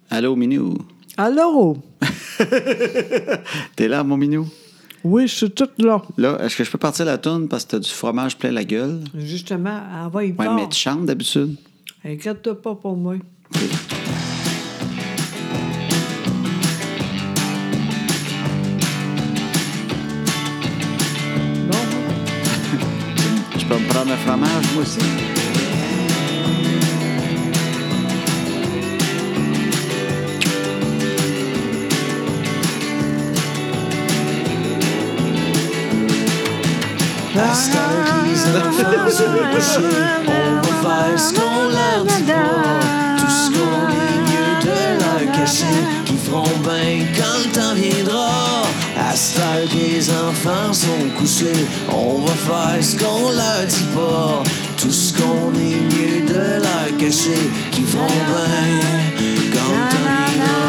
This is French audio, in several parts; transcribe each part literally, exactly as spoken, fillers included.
Allô, Minou? Allô? T'es là, mon Minou? Oui, je suis toute là. Là, est-ce que je peux partir la toune parce que t'as du fromage plein la gueule? Justement, elle va y Ouais, part. mais tu chantes d'habitude. Inquiète-toi pas pour moi. Bon, Je peux me prendre un fromage, moi aussi? À cette heure que les enfants sont couchés, on va faire ce qu'on leur dit pas. Tout ce qu'on est mieux de leur cacher, qui feront bien quand le temps viendra. À cette heure que les enfants sont couchés, on va faire ce qu'on leur dit pas. Tout ce qu'on est mieux de leur cacher, qui feront bien quand le temps viendra.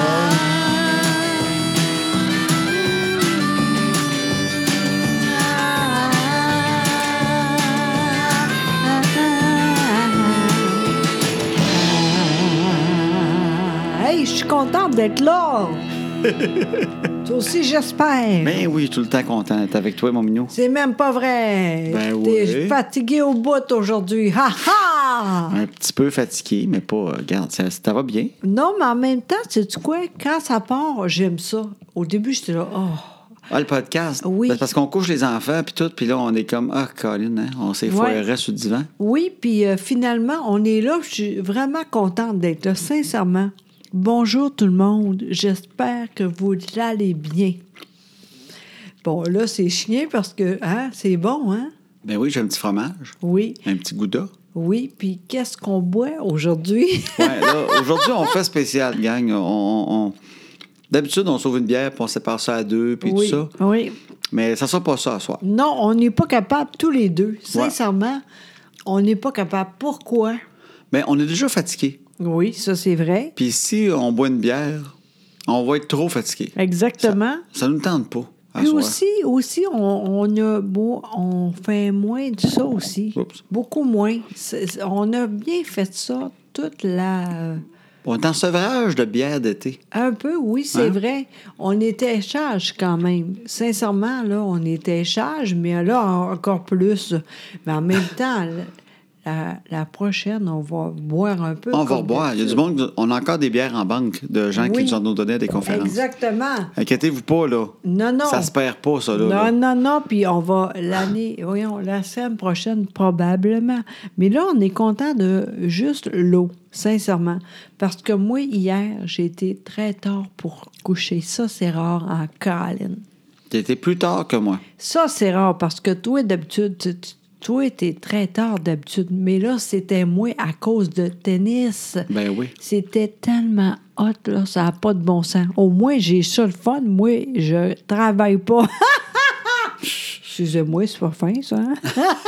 hey, je suis contente d'être là. Toi aussi, j'espère. Ben oui, tout le temps content d'être avec toi, mon Minou. C'est même pas vrai. Ben T'es oui. fatigué au bout aujourd'hui. Ha ha! Un petit peu fatigué, mais pas... Regarde, ça, ça va bien. Non, mais en même temps, sais-tu quoi? Quand ça part, j'aime ça. Au début, j'étais là, oh. Ah, le podcast? Oui. Ben, parce qu'on couche les enfants, puis tout, puis là, on est comme... Ah, Colin, hein? On s'est Ouais. foiré sur le divan. Oui, puis euh, finalement, on est là. Je suis vraiment contente d'être là, sincèrement. Bonjour tout le monde. J'espère que vous allez bien. Bon, là, c'est chien parce que, hein, c'est bon, hein? Ben oui, j'ai un petit fromage. Oui, Un petit gouda. oui. Puis qu'est-ce qu'on boit aujourd'hui? Ouais, là, aujourd'hui, on fait spécial, gang. On, on- on- D'habitude, on sauve une bière, puis on sépare ça à deux, puis oui, tout ça. oui. Mais ça sera pas ça à soir. Non, on n'est pas capable tous les deux. Sincèrement, on n'est pas capable. Pourquoi? Mais on est déjà fatigué. Oui, ça, c'est vrai. Puis si on boit une bière, on va être trop fatigué. Exactement. Ça ne nous tente pas à Puis soir. aussi, aussi on, on a beau, on fait moins de ça aussi. Oups. Beaucoup moins. C'est- on a bien fait ça toute la... On est en sevrage de bière d'été. Un peu, oui, c'est Hein? vrai. On était sage quand même. Sincèrement, là, on était sage, mais là, encore plus. Mais en même temps, la, la prochaine, on va boire un peu. On va comme reboire. Il y a du d'habitude. monde, on a encore des bières en banque de gens qui Oui. nous en ont donné à des conférences. Exactement. Inquiétez-vous pas, là. Non, non. Ça se perd pas, ça, là. Non, là. non, non, puis on va l'année, voyons, la semaine prochaine, probablement. Mais là, on est content de juste l'eau, sincèrement. Parce que moi, hier, j'ai été très tard pour coucher. Ça, c'est rare en Colin. T'as été plus tard que moi. Ça, c'est rare parce que toi, d'habitude, tu- tu- toi, t'es très tard d'habitude. Mais là, c'était moi à cause de tennis. Ben oui. C'était tellement hot, là, ça n'a pas de bon sens. Au moins, j'ai ça le fun. Moi, je travaille pas. Excusez-moi, c'est pas fin, ça. Hein?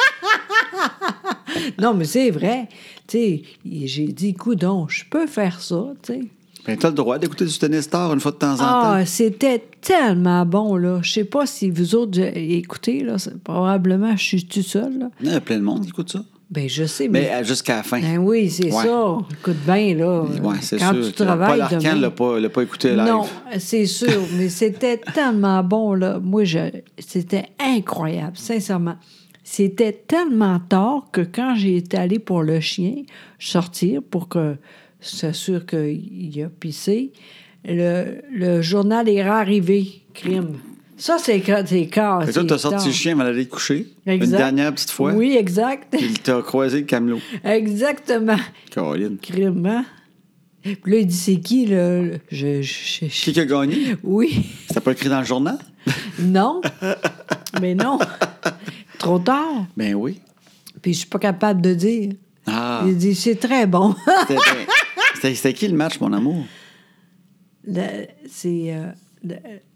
Non, mais c'est vrai. Tu sais, j'ai dit, coudonc, je peux faire ça, tu sais. Ben t'as le droit d'écouter du tennis tard une fois de temps en temps. Ah, c'était tellement bon, là. Je sais pas si vous autres écoutez, là. c'est- Probablement, je suis tout seul, là. Il y a plein de monde qui écoute ça. Ben, je sais, mais... Mais euh, jusqu'à la fin. Ben oui, c'est Ouais. ça. Écoute bien, là. Ouais, c'est Quand sûr. tu que travailles Paul Arcand demain... l'a pas, l'a pas écouté live. Non, c'est sûr, mais c'était tellement bon, là. Moi, je, c'était incroyable, sincèrement. C'était tellement tard que quand j'ai été allée pour le chien sortir pour que s'assure qu'il a pissé, le, le journal est arrivé, crime. Ça, c'est ca- c'est cas. Fait que là, t'as sorti le chien, elle allait te coucher. Exact. Une dernière petite fois. Oui, exact. Puis t'as croisé le camelot. Exactement. Caroline. Crime, hein? Puis là, il dit, c'est qui, là? Je, je, je- Qui qui a gagné? Oui. C'était pas écrit dans le journal? Non. Mais non. Trop tard. Ben oui. Puis je suis pas capable de dire. Ah. Il dit, c'est très bon. C'était, c'était, c'était qui le match, mon amour? Le- c'est... euh, le-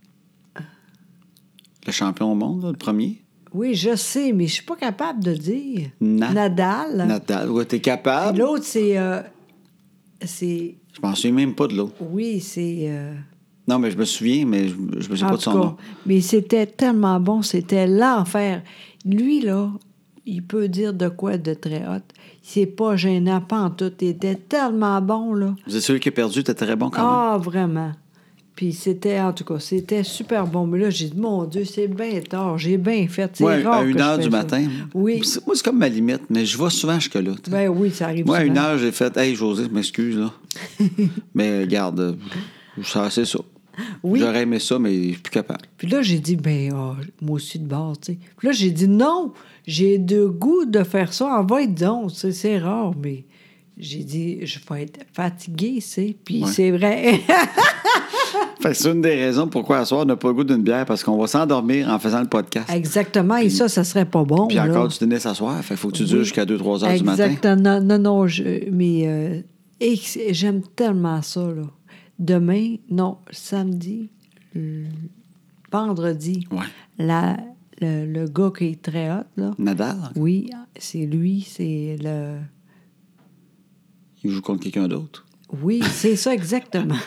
Le champion au monde, là, le premier? oui, je sais, mais je suis pas capable de dire. Na- Nadal. Nadal. Ouais, t'es Puis capable? l'autre, c'est... euh, c'est... Je m'en souviens même pas de l'autre. Oui, c'est... euh, Non, mais je me souviens, mais je, je me souviens en pas de tout son cas, nom. mais c'était tellement bon, c'était l'enfer. Lui, là, il peut dire de quoi de très hot. c'est pas gênant, pas en tout. T'étais tellement bon, là. Vous êtes celui qui a perdu, t'étais très bon quand même. Ah, vraiment. Puis c'était, en tout cas, c'était super bon. Mais là, j'ai dit, mon Dieu, c'est bien tard. J'ai bien fait. C'est Ouais, rare à une que je heure fais du ça. matin. Oui. C'est- Moi, c'est comme ma limite, mais je vais souvent jusque-là. tu sais. Ben oui, ça arrive Moi, à souvent. une heure, j'ai fait « Hey, José, je m'excuse, là. » Mais regarde, euh, ça, c'est ça. Oui. J'aurais aimé ça, mais je suis plus capable. Puis là, j'ai dit, ben, ah, moi aussi de bord, tu sais. Puis là, j'ai dit, non, j'ai le goût de faire ça. En va être donc, tu sais, c'est rare, mais j'ai dit, je vais être fatiguée, tu sais. Puis Ouais. c'est vrai. Fait que c'est une des raisons pourquoi à soir, on n'a pas le goût d'une bière, parce qu'on va s'endormir en faisant le podcast. Exactement. Et ça, ça serait pas bon. Puis là. encore, tu tenais s'asseoir. Fait qu'il faut que tu dures Oui. jusqu'à deux trois heures du matin. Exactement. Non, non, je, mais euh, et c'est- j'aime tellement ça, là. Demain, non, samedi, le- vendredi, Ouais. la, le, le gars qui est très hot, là, Nadal, oui, c'est lui, c'est le... il joue contre quelqu'un d'autre. Oui, c'est ça exactement.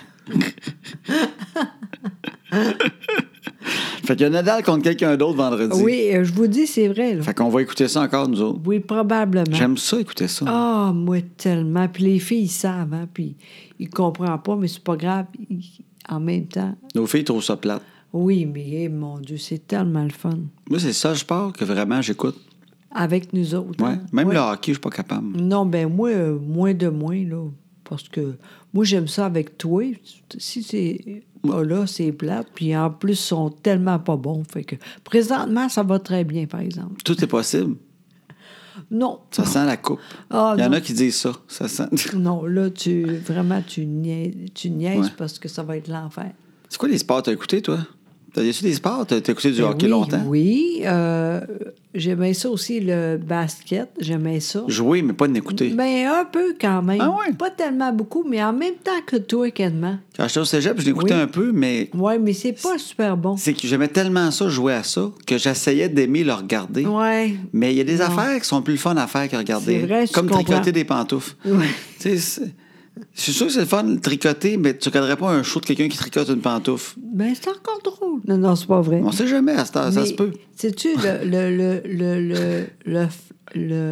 Fait qu'il y a Nadal contre quelqu'un d'autre vendredi. Oui, euh, je vous dis, c'est vrai, là. Fait qu'on va écouter ça encore, nous autres. Oui, probablement. J'aime ça, écouter ça. Ah, moi, tellement. Puis les filles, ils savent, hein, puis ils comprennent pas, mais c'est pas grave. Ils- en même temps, Nos filles trouvent ça plate. oui, mais eh, mon Dieu, c'est tellement le fun. Moi, c'est ça, je sport que vraiment j'écoute. Avec nous autres. Ouais. hein. Même Ouais. le hockey, je suis pas capable. Non, ben moi, euh, moins de moins, là. Parce que moi, j'aime ça avec toi. Si c'est pas là, c'est plate. Puis en plus, ils sont tellement pas bons. Fait que présentement, ça va très bien, par exemple. Tout est possible. Non. Ça sent la coupe. Ah, Il y en non. a qui disent ça. Ça sent... Non, là, tu vraiment, tu niaises, tu niaises Ouais. parce que ça va être l'enfer. C'est quoi les sports que t'as écouté, toi? T'as tu des sports? T'as t'as écouté du Ben hockey oui, longtemps? Oui. Euh, j'aimais ça aussi, le basket. J'aimais ça. Jouer, mais pas d'écouter. Ben, un peu quand même. Ah ouais? Pas tellement beaucoup, mais en même temps que toi, quasiment. Quand j'étais au cégep, je l'écoutais Oui. un peu, mais Oui, mais c'est pas super bon. c'est que j'aimais tellement ça, jouer à ça, que j'essayais d'aimer le regarder. Ouais. Mais il y a des Non. affaires qui sont plus le fun à faire que regarder. C'est vrai, je Comme comprends. tricoter des pantoufles. Ouais. Tu sais, c'est- je suis sûr que c'est le fun de tricoter, mais tu regarderais pas un show de quelqu'un qui tricote une pantoufle. Ben, c'est encore drôle. Non, non, c'est pas vrai. On sait jamais à cette heure, ça Mais se peut. Sais-tu, le. le, le, le, le, le, le-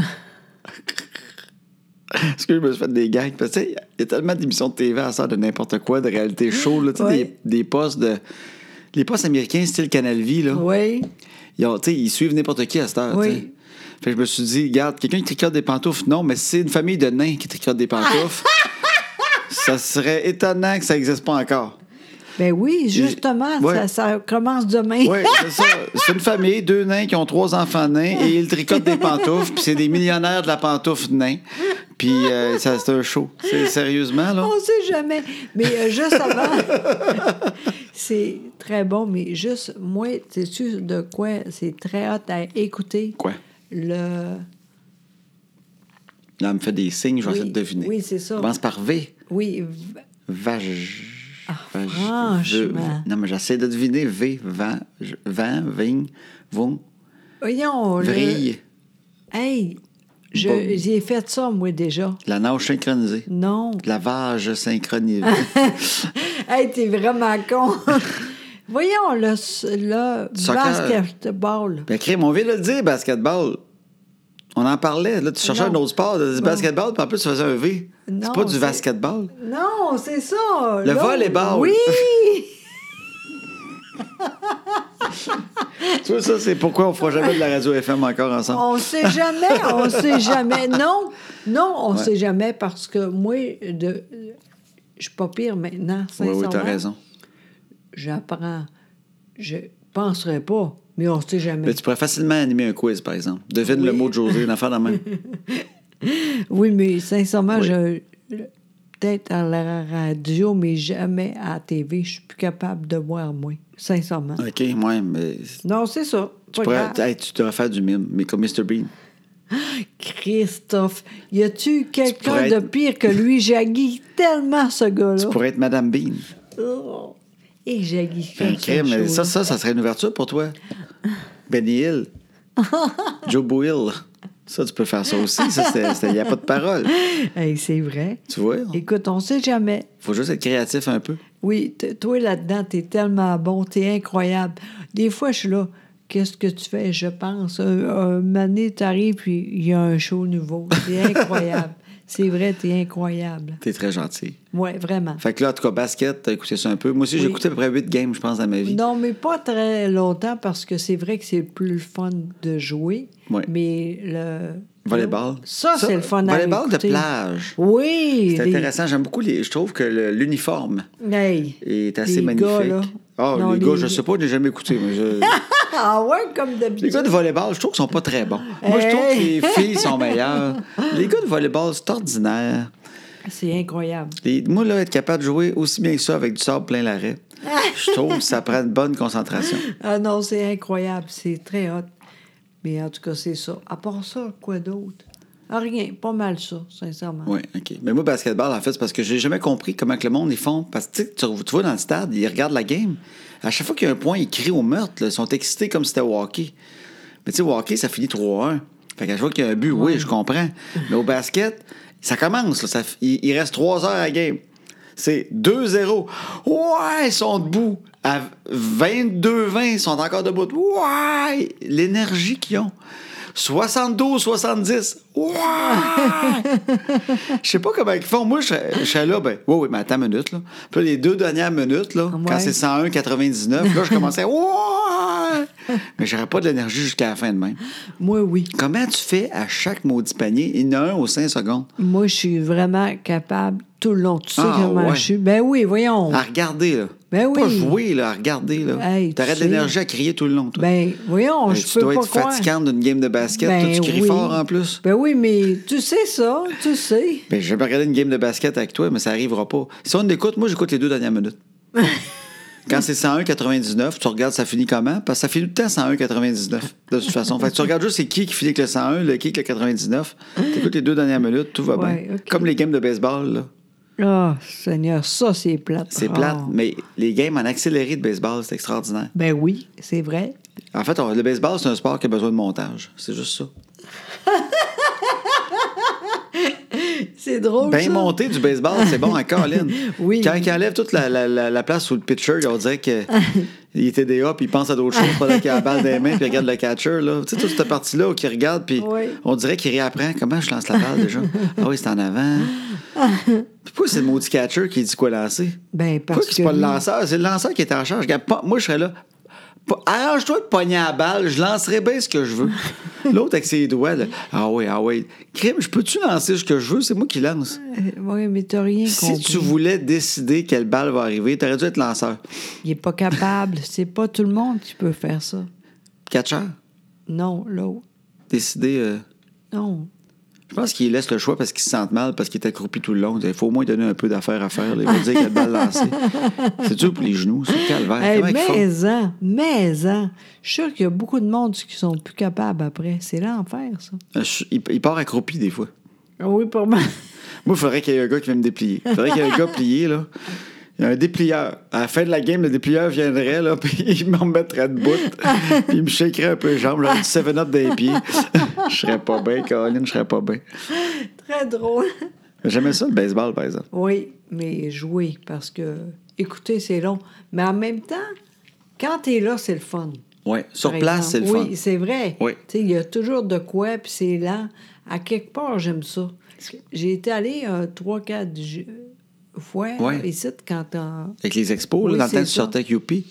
Parce que je me suis fait des gags. Parce que, tu sais, il y a tellement d'émissions de T V à ça de n'importe quoi, de réalité show, là, tu sais, Ouais. des, des postes de. Les postes américains, style Canal Vie, là. Oui. Ils, ont, tu sais, ils suivent n'importe qui à cette heure. Oui. tu sais. Fait que je me suis dit, regarde, quelqu'un qui tricote des pantoufles, non, mais si c'est une famille de nains qui tricote des pantoufles, ça serait étonnant que ça n'existe pas encore. Ben oui, justement, Ouais. ça, ça commence demain. Oui, c'est ça. C'est une famille, deux nains qui ont trois enfants nains et ils tricotent des pantoufles, puis c'est des millionnaires de la pantoufle nain. Puis euh, ça, c'est un show. C'est sérieusement, là. On sait jamais. Mais euh, juste avant, c'est très bon, mais juste, moi, sais-tu de quoi c'est très hot à écouter? Quoi? Le... Là, elle me fait des signes, je vais Oui, essayer de deviner. oui, c'est ça. Commence par V. Oui, v- Vage. Ah, Vage- franchement. V- Non, mais j'essaie de deviner. V. Vent. je- Vent. Vigne. Vung. voyons. le- Vrille. Hey, je- Bon. j'ai fait ça, moi, déjà. La nage synchronisée. Non. La vage synchronisée. Hey, t'es vraiment con. Voyons, le, le Soccer. basketball. Ben, crème, on vient de le dire, basketball. On en parlait. Là, tu cherchais Non. un autre sport, du basketball, puis en plus, tu faisais un V. Non, C'est pas du c'est- basketball. Non, c'est ça. Le là. volleyball. Oui. Tu vois, ça, c'est pourquoi on fera jamais de la radio F M encore ensemble. On sait jamais, on sait jamais. Non, non, on Ouais. sait jamais parce que moi, de, je suis pas pire maintenant, Oui, sincèrement. oui, t'as raison. J'apprends. Je penserais pas, mais on sait jamais. Mais tu pourrais facilement animer un quiz, par exemple. Devine Oui. le mot de José, une affaire de même. Oui, mais sincèrement, Oui. je peut-être à la radio, mais jamais à la T V. Je suis plus capable de voir, moi, sincèrement. OK, ouais, mais Non, c'est ça. tu, Pas pourrais, grave. hey, tu devrais faire du mime, mais comme mister Bean. Christophe, y a-tu quelqu'un pourrais de être- pire que lui? J'haïs tellement ce gars-là. Tu pourrais être Madame Bean. Oh. Et j'haïs Ben, comme crème, mais ça, ça, ça serait une ouverture pour toi. Benny Hill. Joe Boyle. Ça, tu peux faire ça aussi. Il n'y a pas de parole. Hey, c'est vrai. Tu vois? Écoute, on sait jamais. faut juste être créatif un peu. Oui, t- toi, là-dedans, t'es tellement bon, t'es incroyable. Des fois, je suis là. qu'est-ce que tu fais, je pense. Un, un moment donné, t'arrives, puis il y a un show nouveau. C'est incroyable. C'est vrai, t'es incroyable. T'es très gentil. Oui, vraiment. Fait que là, en tout cas, basket, t'as écouté ça un peu. Moi aussi, j'ai Oui. écouté à peu près huit games, je pense, dans ma vie. Non, mais pas très longtemps, parce que c'est vrai que c'est le plus fun de jouer. Oui. Mais le... Volleyball. Ça, c'est le fun à Volleyball de écouter. plage. Oui. C'est les- intéressant. J'aime beaucoup les... Je trouve que le- l'uniforme Hey, est assez les magnifique. gars, là. Ah, Non, les, les- gars, je sais pas, je n'ai jamais écouté. Mais je... Ah ouais, comme Les d'habitude. gars de volleyball, je trouve qu'ils sont pas très bons. Moi, je trouve que Hey! les filles sont meilleures. Les gars de volleyball, c'est ordinaire. C'est incroyable. Les- Moi, là, être capable de jouer aussi bien que ça avec du sable plein l'arrêt, je trouve que ça prend une bonne concentration. Ah non, c'est incroyable. C'est très hot. Mais en tout cas, c'est ça. À part ça, quoi d'autre? Ah, rien. Pas mal ça, sincèrement. Oui, OK. Mais moi, basketball, en fait, c'est parce que j'ai jamais compris comment que le monde, ils font. Parce que, tu sais, tu tu vois dans le stade, ils regardent la game. À chaque fois qu'il y a un point, ils crient au meurtre. Là. Ils sont excités comme si c'était au hockey. Mais tu sais, au hockey, ça finit trois un. Fait qu'à chaque fois qu'il y a un but, oui, je comprends. Mais au basket, ça commence. Là, ça, il, il reste trois heures à la game. C'est deux zéro. Ouais, ils sont debout. À vingt-deux vingt, ils sont encore debout. Ouais! L'énergie qu'ils ont. soixante-douze soixante-dix. Ouais! Je sais pas comment ils font. Moi, je serais- je serais là, ben, oui, oui, mais attends une minute, là. Puis là, les deux dernières minutes, là, Ouais. quand c'est cent un quatre-vingt-dix-neuf, là, je commençais, ouais! Mais j'aurais pas de l'énergie jusqu'à la fin de même. Moi, oui. Comment tu fais à chaque maudit panier? Il y en a un aux cinq secondes. Moi, je suis vraiment capable tout le long. Tu sais Ah, comment ouais. je suis? Ben oui, voyons. À regarder, là. Ben oui. Pas jouer, là, à regarder, là. Hey, T'aurais tu de l'énergie sais. à crier tout le long, toi. Ben, voyons, Hey, je tu peux dois pas être croire. fatigante d'une game de basket. Ben toi, tu cries oui. fort en plus. Ben oui, mais tu sais ça, tu sais. Ben, j'ai pas regardé une game de basket avec toi, mais ça arrivera pas. Si on écoute, moi, j'écoute les deux dernières minutes. Quand c'est cent un quatre-vingt-dix-neuf, tu regardes ça finit comment? Parce que ça finit tout le temps cent un quatre-vingt-dix-neuf, de toute façon. Fait que tu regardes juste c'est qui qui finit avec le cent un, le qui avec le quatre-vingt-dix-neuf. Tu écoutes les deux dernières minutes, tout va Ouais, bien. ok. Comme les games de baseball, là. Ah, Seigneur, ça, c'est plate. C'est Ah. plate, mais les games en accéléré de baseball, c'est extraordinaire. Ben oui, c'est vrai. En fait, on- le baseball, c'est un sport qui a besoin de montage. C'est juste ça. C'est drôle, Bien ça. monté du baseball, c'est bon à Colin. Oui. Quand il enlève toute la, la, la, la place sous le pitcher, on dirait qu'il était des puis il pense à d'autres choses pendant qu'il a la balle dans les mains puis il regarde le catcher. Là. Tu sais, toute cette partie-là où il regarde puis Oui. on dirait qu'il réapprend comment je lance la balle déjà. Ah oui, c'est en avant. Puis pourquoi c'est le maudit catcher qui dit quoi lancer? Ben, Pourquoi parce que que... c'est pas le lui- lanceur? C'est le lanceur qui est en charge. Regarde, pas- moi, je serais là. Pas- Arrange-toi de pogner à la balle, je lancerai bien ce que je veux. L'autre avec ses doigts, là, ah oui, ah oui. Crime, je peux-tu lancer ce que je veux? C'est moi qui lance. Euh, oui, mais t'as rien Si compris. tu voulais décider quelle balle va arriver, t'aurais dû être lanceur. Il est pas capable. C'est pas tout le monde qui peut faire ça. Catcher, Non, l'autre. décider. euh, Non. Je pense qu'il laisse le choix parce qu'il se sent mal, parce qu'il est accroupi tout le long. Il faut au moins donner un peu d'affaires à faire. Là. Il va dire quelle balle lancer. C'est dur pour les genoux, c'est calvaire. Hey, Comment ils font? mais-en, mais-en. Je suis sûr qu'il y a beaucoup de monde qui sont plus capables après. C'est l'enfer, ça. Euh, je- Il, il part accroupi des fois. Ah oui, pour moi. Moi, il faudrait qu'il y ait un gars qui vienne me déplier. Il faudrait qu'il y ait un gars plié, là. Il y a un déplieur. À la fin de la game, le déplieur viendrait, là, puis il me remettrait debout. Puis il me shakerait un peu les jambes, là, du seven up des pieds. Je serais pas bien, Caroline, je serais pas bien. Très drôle. J'aimais ça, le baseball, par exemple. Oui, mais jouer, parce que écouter, c'est long. Mais en même temps, quand t'es là, c'est le fun. Oui, sur Par place, c'est le exemple. fun. Oui, c'est vrai. Oui. Tu sais, il y a toujours de quoi, puis c'est lent. À quelque part, j'aime ça. J'ai été allée euh, trois, quatre ju- fois Ouais. là, ici, quand t'en... Avec les expos, Oui, là, dans le c'est temps que tu ça. sortais avec Youpi.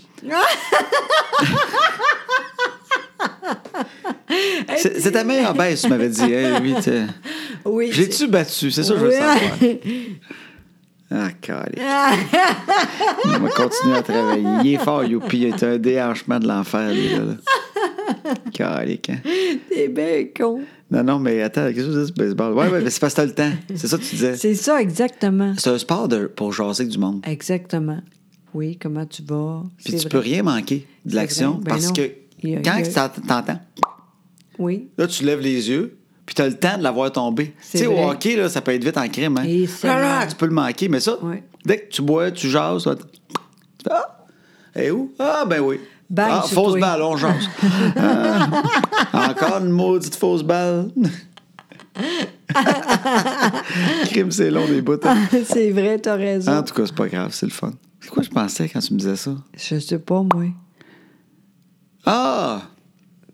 C'est c'est ta meilleure baisse, tu m'avais dit. Hein, lui, t'es- Oui. Je l'ai-tu battu? C'est ça que je veux Oui. savoir. Ah, calé. Il va continuer à travailler. Il est fort, Youpi. Il a un déhanchement de l'enfer, lui, là. là. Calique, hein? T'es bien con. Non, non, mais attends, qu'est-ce que tu dis, ce baseball? Ouais, ouais, mais c'est parce que t'as le temps. C'est ça que tu disais. C'est ça, exactement. C'est un sport de, pour jaser avec du monde. Exactement. Oui, comment tu vas? Puis C'est tu vrai. peux rien manquer de C'est l'action vrai. Ben parce non. que Il y a- quand il y a- tu t'ent- t'entends, Oui. là, tu lèves les yeux, puis tu as le temps de la voir tomber. Tu C'est sais, au vrai. hockey, là, ça peut être vite en crime. Hein? Et c'est Ah, là, vrai. tu peux le manquer, mais ça, Ouais. dès que tu bois, tu jases, ça va te- tu fais, ah, et où? Ah, ben oui. Bang ah, sur fausse toi. balle, on jase. Ah, encore une maudite fausse balle. Crime, c'est long, des bouts. hein. C'est vrai, t'as raison. En tout cas, c'est pas grave, c'est le fun. C'est quoi je pensais quand tu me disais ça? Je sais pas, moi. Ah!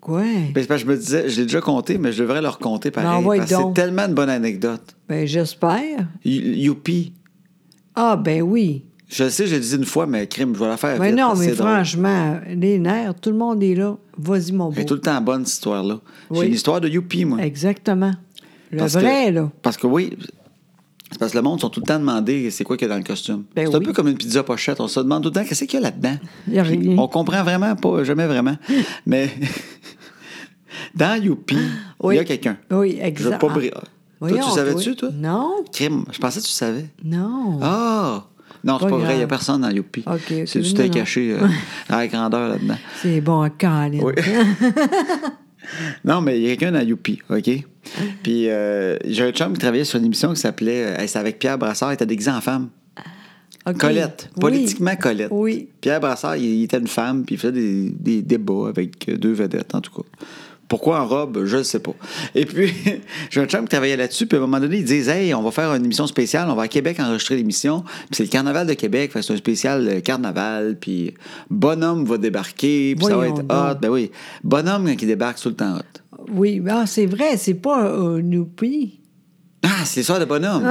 Quoi? Ben, c'est parce que je me disais, je l'ai déjà compté, mais je devrais le raconter pareil. Ben, envoie parce que c'est donc. tellement une bonne anecdote. Ben, j'espère. Y- Youpi. Ah, ben oui. Je le sais, je l'ai dit une fois, mais crime, je vais la faire Ben vite, non, parce que mais c'est drôle. franchement, les nerfs, tout le monde est là. Vas-y, mon Elle beau. est tout le temps bonne, cette histoire-là. Oui. J'ai une histoire de Youpi, moi. Exactement. Le Parce vrai, que- là. Parce que oui, c'est parce que le monde sont tout le temps demandé c'est quoi qu'il y a dans le costume. Ben c'est un oui. peu comme une pizza pochette. On se demande tout le temps qu'est-ce qu'il y a là-dedans. Il y a Puis rien. on comprend vraiment pas, jamais vraiment. Mais dans Youpi, Oui. il y a quelqu'un. Oui, Je veux exact. pas bri- Toi, Voyons, tu savais-tu, toi? Non, Crime. Je pensais que tu savais. non. Ah! Non, c'est Pas pas vrai, il n'y a grave. personne dans Youpi. OK, OK. C'est du Non, steak non. caché euh, à la grandeur là-dedans. C'est bon, Colin. Oui. Non, mais il y a quelqu'un dans Youpi, OK? Puis euh, j'ai un chum qui travaillait sur une émission qui s'appelait... euh, c'est avec Pierre Brassard, il était déguisé en femme. OK. Colette. Oui. Politiquement Colette. Oui. Pierre Brassard, il, il était une femme, puis il faisait des, des débats avec euh, deux vedettes, en tout cas. Pourquoi en robe, je ne sais pas. Et puis, j'ai un chum qui travaillait là-dessus, puis à un moment donné, ils disent « Hey, on va faire une émission spéciale, on va à Québec enregistrer l'émission. » Puis c'est le Carnaval de Québec, fait que c'est un spécial euh, carnaval, puis Bonhomme va débarquer, puis ça va Voyons être donc. hot. Ben oui, Bonhomme, quand il débarque, c'est tout le temps hot. Oui, ah, c'est vrai, c'est pas un Youpi. Ah, c'est l'histoire de Bonhomme.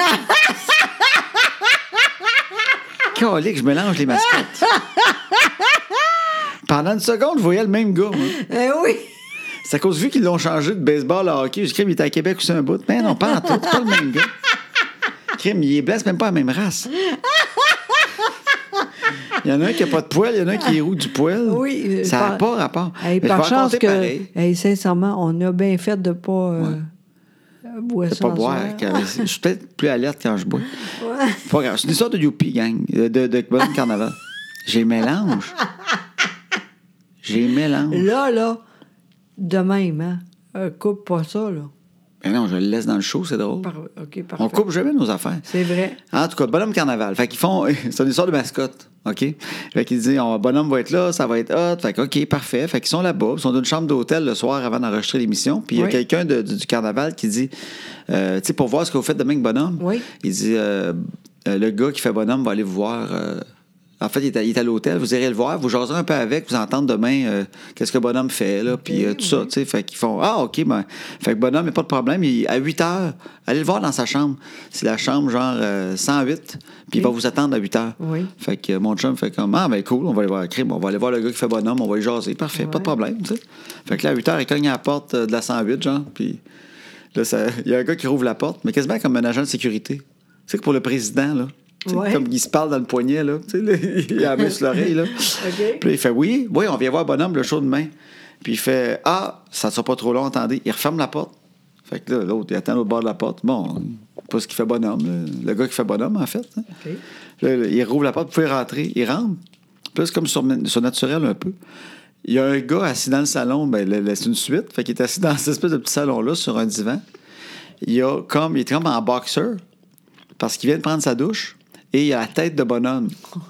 Calique, je mélange les mascottes. Pendant une seconde, je voyais le même gars, moi. Eh oui. C'est à cause vu qu'ils l'ont changé de baseball à hockey. Je crime, il était à Québec aussi un bout. Mais non, pas en tout. C'est pas le même gars. Crime, il est blanc, c'est même pas la même race. Il y en a un qui n'a pas de poil, il y en a un qui est roux du poil. Oui. euh, Ça n'a par- pas rapport. Hey, Mais je par vais chance raconter que, pareil. hey, sincèrement, on a bien fait de pas euh, euh, boire De ça pas en boire. soir. quand- Je suis peut-être plus alerte quand je bois. C'est pas grave. C'est une histoire de Youpi, gang. De, de, de Bonhomme Carnaval. J'ai mélange. J'ai mélange. Là, là, de même, hein? Euh, coupe pas ça, là. Mais non, je le laisse dans le show, c'est drôle. Par- OK, parfait. On coupe jamais nos affaires. C'est vrai. En tout cas, Bonhomme Carnaval. Fait qu'ils font. C'est une histoire de mascotte. OK? Fait qu'ils disent, oh, Bonhomme va être là, ça va être hot. Fait que, OK, parfait. Fait qu'ils sont là-bas. Ils sont dans une chambre d'hôtel le soir avant d'enregistrer l'émission. Puis il y a Oui. quelqu'un de- du, du carnaval qui dit, euh, tu sais, pour voir ce que vous faites demain avec Bonhomme, Oui. il dit, euh, euh, le gars qui fait Bonhomme va aller vous voir. euh, en fait, il est à, il est à l'hôtel, vous irez le voir, vous jaserez un peu avec, vous entendre demain euh, qu'est-ce que Bonhomme fait, là, puis euh, tout ça, tu sais. Fait qu'ils font, ah, OK, ben, fait que Bonhomme, il n'y a pas de problème. Il, à huit heures, allez le voir dans sa chambre. C'est la chambre, genre, euh, cent huit, puis il va vous attendre à huit heures. Oui. Fait que euh, mon chum fait comme, ah, ben cool, on va aller voir crime, on va aller voir le gars qui fait Bonhomme, on va y jaser. Parfait, pas de problème, tu sais. Fait que là, à huit heures, il cogne à la porte euh, de la cent huit, genre, puis là, ça- il y a un gars qui rouvre la porte, mais quasiment comme un agent de sécurité. Tu sais que pour le président, là, tu sais, Ouais. comme il se parle dans le poignet, là. Tu sais, là, il a la main sur l'oreille, là. OK. Puis là, il fait oui, oui, on vient voir Bonhomme le show demain. Puis il fait ah, ça ne sera pas trop long, attendez. Il referme la porte. Fait que là, l'autre, il attend au bord de la porte. Bon, pas ce qu'il fait Bonhomme, là. Le gars qui fait Bonhomme, en fait. hein. OK. Là, là, il rouvre la porte, vous pouvez rentrer. Il rentre. Puis là, c'est comme sur, surnaturel un peu. Il y a un gars assis dans le salon, ben, le- le- c'est une suite. Fait qu'il est assis dans cette espèce de petit salon-là, sur un divan. Il, y a comme, il est comme en boxeur, parce qu'il vient de prendre sa douche. Et il a la tête de Bonhomme.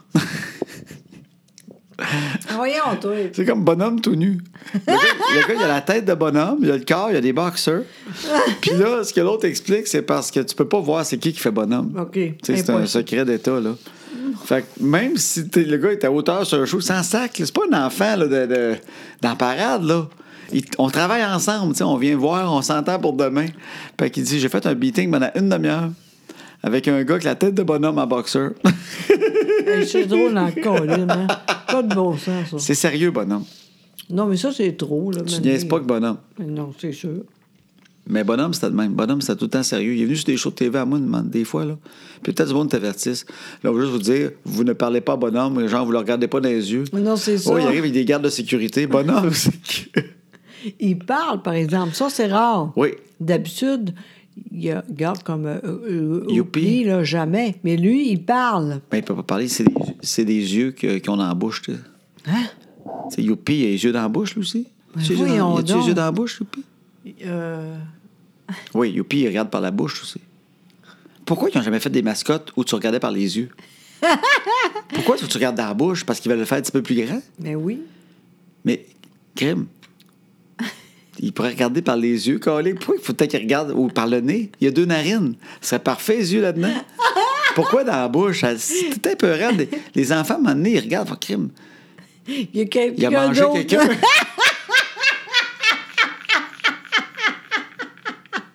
Ah, voyons, toi. C'est comme Bonhomme tout nu. Le gars, le gars, il a la tête de Bonhomme, il a le corps, il a des boxers. Puis là, ce que l'autre explique, c'est parce que tu peux pas voir c'est qui qui fait Bonhomme. OK. Tu sais, c'est un Impossible. secret d'État, là. Fait que même si t'es- le gars est à hauteur sur un show, sans sac, c'est pas un enfant là, de, de, dans parade, là. Il- on travaille ensemble, tu sais, on vient voir, on s'entend pour demain. Fait qu'il dit, j'ai fait un beating pendant une demi-heure avec un gars avec la tête de Bonhomme en boxeur. Hey, c'est drôle en colline, hein? Pas de bon sens, ça. C'est sérieux, Bonhomme. Non, mais ça, c'est trop, là. Tu maintenant. niaises pas que Bonhomme. Non, c'est sûr. Mais Bonhomme, c'était le même. Bonhomme, c'était tout le temps sérieux. Il est venu sur des shows de T V à moi, des fois, là. Puis peut-être du monde t'avertisse. Là, on va juste vous dire, vous ne parlez pas à Bonhomme, les gens, vous le regardez pas dans les yeux. Non, c'est ça. Oh, il arrive avec des gardes de sécurité. Bonhomme, c'est que... Il parle, par exemple. Ça, c'est rare. Oui. D'habitude, il y a, regarde comme euh, euh, Youpi. Youpi, là, jamais. Mais lui, il parle. Ben, il peut pas parler, c'est des, c'est des yeux que- qu'ils ont dans la bouche, tu sais. Hein? C'est Youpi, il a les yeux dans la bouche, lui aussi. Ben, Tu sais, les yeux voyons dans- il a-tu les donc. yeux dans la bouche, Youpi? Euh... Oui, Youpi, il regarde par la bouche aussi. Pourquoi ils n'ont jamais fait des mascottes où tu regardais par les yeux? Pourquoi tu regardes dans la bouche? Parce qu'ils veulent le faire un petit peu plus grand? Mais oui. Mais, crime. Il pourrait regarder par les yeux, Colin. Pourquoi il faut peut-être qu'il regarde ou par le nez? Il y a deux narines. Ce serait parfait, les yeux là-dedans. Pourquoi dans la bouche? C'est tout un peu raide. Les, les enfants, à un moment donné, ils regardent. Faut crime. Il y a quelqu'un Il a mangé d'autre. quelqu'un.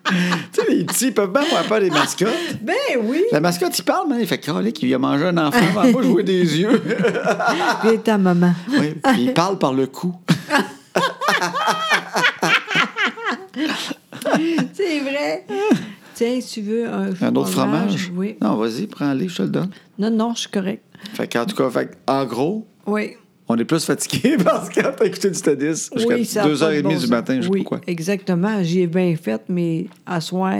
Tu sais, les petits, ils peuvent bien avoir peur des mascottes. Ben oui. La mascotte, il parle, mais il fait craler qu'il a mangé un enfant. Avant moi, je vois des yeux. Puis ta maman. Oui, puis il parle par le cou. C'est vrai. Tiens, tu veux un fromage? Un autre fromage? Oui. Non, vas-y, prends-les, je te le donne. Non, non, je suis correct. Fait qu'en tout cas, fait, en gros, Oui. on est plus fatigué parce que t'as écouté du tennis jusqu'à Oui, ça a deux pas heures de trente bon du sens. matin, je sais Oui, pas quoi. exactement. J'y ai bien fait, mais à soir,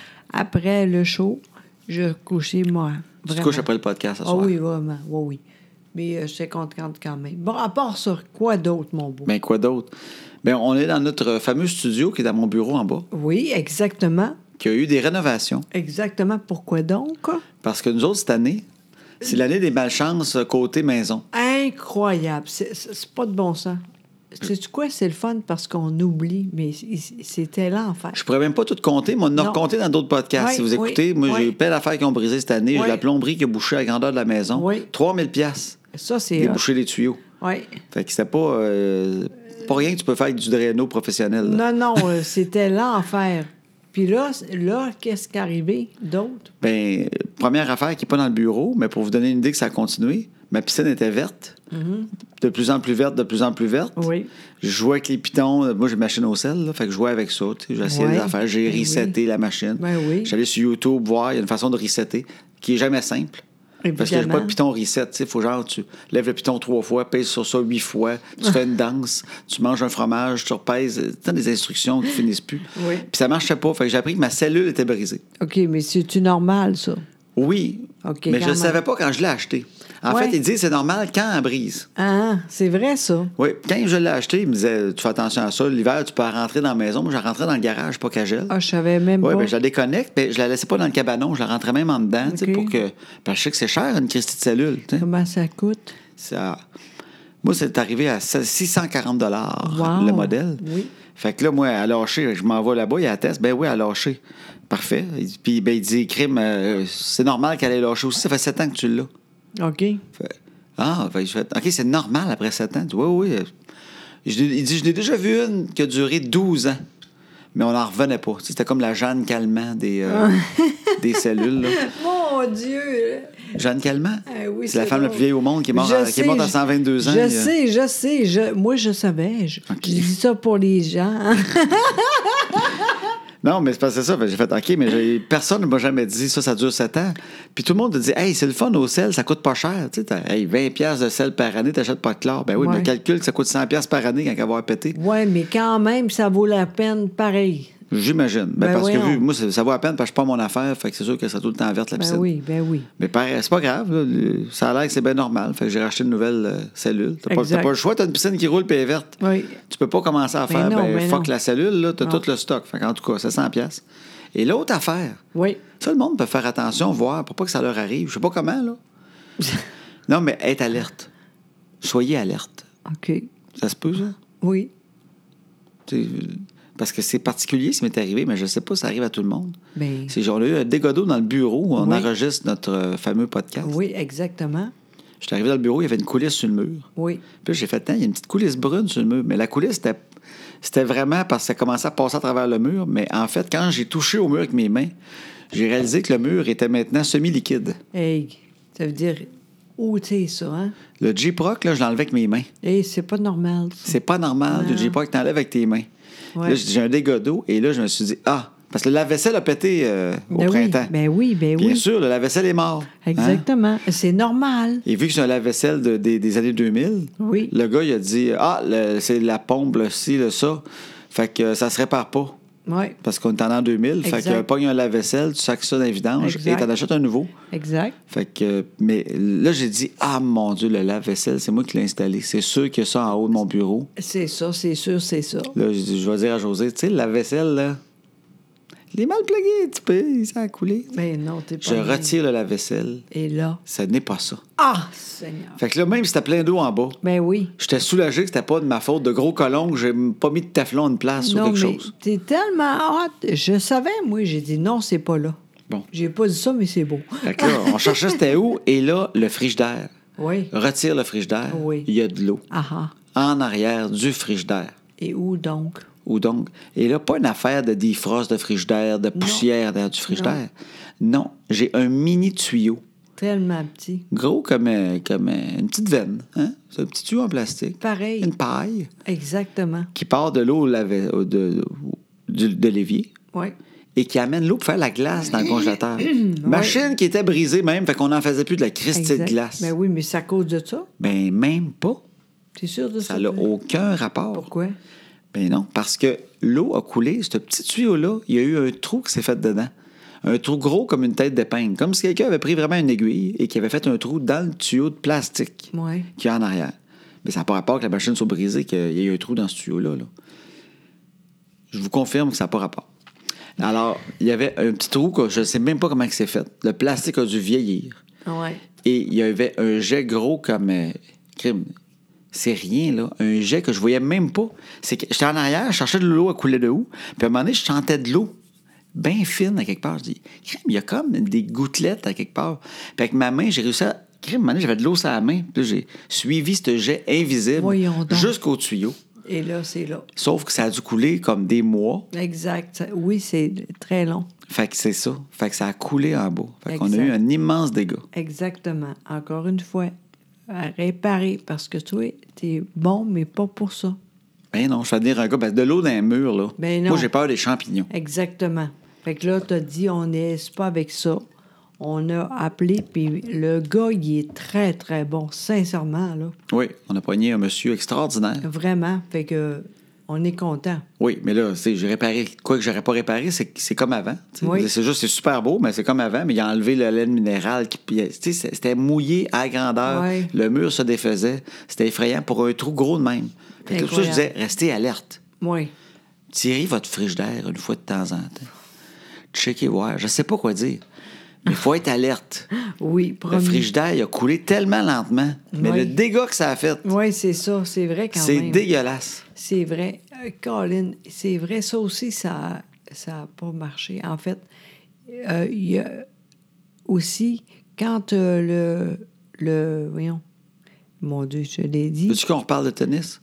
après le show, je couchais moi. Tu te Vraiment. couches après le podcast ce Ah soir. oui, vraiment. Oui, oui. Mais euh, j'étais contente quand même. Bon, à part ça, quoi d'autre, mon beau? Ben quoi d'autre? Ben on est dans notre fameux studio qui est dans mon bureau en bas, Oui, exactement. qui a eu des rénovations. Exactement. Pourquoi donc? Parce que nous autres, cette année, c'est l'année des malchances côté maison. Incroyable. C'est, c'est c'est pas de bon sens. Sais-tu quoi? C'est le fun parce qu'on oublie, mais c- c'était l'enfer. Je pourrais même pas tout compter, mais on en a Non. recompté dans d'autres podcasts. Oui, si vous écoutez, oui, moi, j'ai oui. eu plein d'affaires qui ont brisé cette année. Oui. J'ai la plomberie qui a bouché à la grandeur de la maison. Oui. trois mille piastres. Ça, c'est... J'ai hot. bouché les tuyaux. Oui. Fait que c'était pas... euh, pas rien que tu peux faire avec du Drano professionnel. là. Non, non, euh, c'était l'enfer. Puis là, c- là, qu'est-ce qui est arrivé d'autre? Ben, euh, première affaire qui n'est pas dans le bureau, mais pour vous donner une idée que ça a continué, ma piscine était verte. De plus en plus verte, de plus en plus verte. Oui. Je jouais avec les pitons. Moi, j'ai une machine au sel, là, fait que je jouais avec ça. tu sais, J'ai essayé Ouais. des affaires. J'ai Ben reseté la machine. Ben oui. J'allais sur YouTube voir. Il y a une façon de resetter qui est jamais simple. Parce qu'il n'y a pas de piton reset. Il faut genre, tu lèves le piton trois fois, pèses sur ça huit fois, tu fais une danse, tu manges un fromage, tu repèses. Tu as des instructions qui finissent plus. Oui. Puis ça marchait pas. Fait que j'ai appris que ma cellule était brisée. OK, mais c'est-tu normal, ça? Oui. OK, mais je quand ne même. savais pas quand je l'ai acheté. En Ouais. fait, il dit c'est normal quand elle brise. Ah, c'est vrai, ça. Oui, quand je l'ai acheté, il me disait tu fais attention à ça, l'hiver, tu peux rentrer dans la maison. Moi, je rentrais dans le garage, pas qu'elle gèle. Ah, je savais même Oui, pas. bien, je la déconnecte, mais je la laissais pas dans le cabanon, je la rentrais même en dedans, tu sais, OK. pour que. Parce que je sais que c'est cher, une Christie de cellule. tu sais. Comment ça coûte? Ça... Moi, c'est arrivé à six cent quarante dollars Wow. le modèle. Oui. Fait que là, moi, elle a lâché, je m'en vais là-bas, il y a la test. Ben oui, elle a lâché. Parfait. Il dit- Puis, ben, il dit, crime, euh, c'est normal qu'elle ait lâché aussi. Ça fait sept ans que tu l'as. OK. Fait, ah, fait, je fais, OK, c'est normal après sept ans. Il dit, oui, oui. Je l'ai- il dit, je l'ai déjà vu une qui a duré douze ans. Mais on n'en revenait pas. Tu sais, c'était comme la Jeanne Calment des, euh, des cellules. Là. Mon Dieu! Jeanne Calment? Ah oui, c'est la c'est femme la drôle. plus vieille au monde qui est morte, Je à, qui est sais, morte à je- cent vingt-deux ans. Je il y a- sais, je sais. Je, moi, je savais. Je, OK. je dis ça pour les gens. Non, mais c'est pas c'est ça. Fait que j'ai fait OK, mais j'ai- personne ne m'a jamais dit ça, ça dure sept ans. Puis tout le monde te dit hey, c'est le fun au sel, ça coûte pas cher. Tu sais, t'as, hey, vingt piastres de sel par année, t'achètes pas de chlore. Ben oui, Ouais. mais calcule que ça coûte cent piastres par année quand elle va avoir pété. Oui, mais quand même, ça vaut la peine pareil. J'imagine. Ben, Ben parce que voyons. vu, moi, ça, ça vaut à peine parce que je suis pas mon affaire, fait que c'est sûr que ça tout le temps verte la piscine. Ben oui, ben oui. Mais pareil, c'est pas grave, là, le- ça a l'air que c'est bien normal. Fait que j'ai racheté une nouvelle euh, cellule. T'as pas, Exact. t'as pas le choix, t'as une piscine qui roule et elle est verte. Oui. Tu peux pas commencer à Mais faire non, ben, mais fuck non. la cellule, là, t'as Non. tout le stock. Fait qu'en tout cas, c'est cent piastres. Et l'autre affaire, Oui. ça, le monde peut faire attention, voir, pour pas que ça leur arrive. Je sais pas comment, là. Non, mais être alerte. Soyez alerte. OK. Ça se peut, ça? Oui. Tu sais, parce que c'est particulier, ça m'est arrivé, mais je sais pas si ça arrive à tout le monde. Ben, C'est genre, on a eu un dégât d'eau dans le bureau où on Oui. enregistre notre euh, fameux podcast. oui, exactement. J'étais arrivé dans le bureau, il y avait une coulisse sur le mur. Oui. Puis là, j'ai fait, Tiens, il y a une petite coulisse brune sur le mur. Mais la coulisse, c'était, c'était vraiment parce que ça commençait à passer à travers le mur. Mais en fait, quand j'ai touché au mur avec mes mains, j'ai réalisé que le mur était maintenant semi-liquide. Hey, ça veut dire où tu ça, hein? Le J-Proc, là, je l'enlevais avec mes mains. Hey, c'est pas normal, ça. C'est pas normal, Non. du J-Proc, t'enlèves avec tes mains. Ouais. Là, j'ai dit, j'ai un dégât d'eau. Et là, je me suis dit, ah, parce que le lave-vaisselle a pété euh, au Ben oui, printemps. ben oui, ben Bien oui. sûr, le lave-vaisselle est mort. Hein? Exactement. C'est normal. Et vu que c'est un lave-vaisselle de- des, des années deux mille, Oui. le gars, il a dit, ah, le- c'est la pompe, là, ci, là, ça. Fait que euh, ça se répare pas. Oui, Parce qu'on est en l'an deux mille. Fait Exact. que pogne un lave-vaisselle, tu sacs ça dans les vidanges Exact. et t'en achètes un nouveau. exact. Fait que, euh, mais là, j'ai dit, ah mon Dieu, le lave-vaisselle, c'est moi qui l'ai installé. C'est sûr qu'il y a ça en haut de mon bureau. C'est ça, c'est sûr, c'est ça. Là, je, dis- je vais dire à José, tu sais, le lave-vaisselle, là, il est mal plugué un petit peu, ça a coulé. Mais non, t'es pas Je bien. retire le lave-vaisselle. Et là, Ça n'est pas ça. ah, Seigneur. Fait que là, même si c'était plein d'eau en bas, Ben oui. j'étais soulagé que c'était pas de ma faute de gros colons, que j'ai pas mis de teflon de place ou Non, quelque mais chose. t'es tellement hâte. Je savais, moi, j'ai dit non, c'est pas là. Bon. J'ai pas dit ça, mais c'est beau. Fait que là, on cherchait c'était où, et là, le frigidaire. Oui. Retire le frigidaire, Oui. il y a de l'eau. Ah ah. En arrière du frigidaire. Et où donc? Ou donc, et là, pas une affaire de defrost, de frigidaire, de poussière derrière du frigidaire. Non, non j'ai un mini tuyau. Tellement petit. Gros comme, euh, comme euh, une petite veine. Hein? C'est un petit tuyau en plastique. Pareil. Une paille. Exactement. Qui part de l'eau lave- de, de, de, de l'évier. Oui. Et qui amène l'eau pour faire la glace dans le congélateur. Machine qui était brisée même, fait qu'on n'en faisait plus de la christie de glace. Ben oui, mais c'est à cause de ça. Ben même pas. T'es sûr de ça? Ça n'a aucun rapport. Pourquoi? Ben non, parce que l'eau a coulé, ce petit tuyau-là, il y a eu un trou qui s'est fait dedans. Un trou gros comme une tête d'épingle. Comme si quelqu'un avait pris vraiment une aiguille et qui avait fait un trou dans le tuyau de plastique Oui. qui est en arrière. Mais ça n'a pas rapport que la machine soit brisée, qu'il y ait eu un trou dans ce tuyau-là. Là. Je vous confirme que ça n'a pas rapport. Alors, il y avait un petit trou que je ne sais même pas comment il s'est fait. Le plastique a dû vieillir. Oui. Et il y avait un jet gros comme... Euh, crime. C'est rien, là. Un jet que je voyais même pas. C'est que j'étais en arrière, je cherchais de l'eau à couler de où. Puis à un moment donné, je sentais de l'eau bien fine à quelque part. Je dis, crime, il y a comme des gouttelettes à quelque part. Puis avec ma main, j'ai réussi à... Crime, à un moment donné, j'avais de l'eau sur la main. Puis là, j'ai suivi ce jet invisible jusqu'au tuyau. Et là, c'est là. Sauf que ça a dû couler comme des mois. Exact. Ça- Oui, c'est très long. Fait que c'est ça. Fait que ça a coulé en bas. Fait qu'on a Exact. eu un immense dégât. Exactement. Encore une fois, à réparer parce que toi, t'es bon, mais pas pour ça. Ben non, je fais dire un gars, ben de l'eau dans les murs, là. Ben non. Moi, j'ai peur des champignons. Exactement. Fait que là, t'as dit, on n'est pas avec ça. On a appelé, puis le gars, il est très, très bon, sincèrement, là. Oui, on a pogné un monsieur extraordinaire. Vraiment. Fait que on est content. Oui, mais là, c'est, j'ai réparé. Quoi que j'aurais pas réparé, c'est, c'est comme avant. tu sais. Oui. C'est juste, c'est super beau, mais c'est comme avant, mais il a enlevé la laine minérale. Qui, puis, tu sais, c'était mouillé à grandeur. Oui. Le mur se défaisait. C'était effrayant pour un trou gros de même. Fait que pour ça, je disais, restez alerte. Oui. Tirez votre frigidaire une fois de temps en temps. Checkez voir. Je sais pas quoi dire. Mais il faut être alerte. Oui, Le promis. frigidaire, il a coulé tellement lentement. Mais Oui. le dégât que ça a fait, Oui, c'est ça. C'est vrai quand c'est même. dégueulasse. C'est vrai. Euh, Colin, c'est vrai. Ça aussi, ça n'a pas marché. En fait, euh, il y a aussi, quand euh, le, le... Voyons. Mon Dieu, je l'ai dit. Veux-tu qu'on reparle de tennis?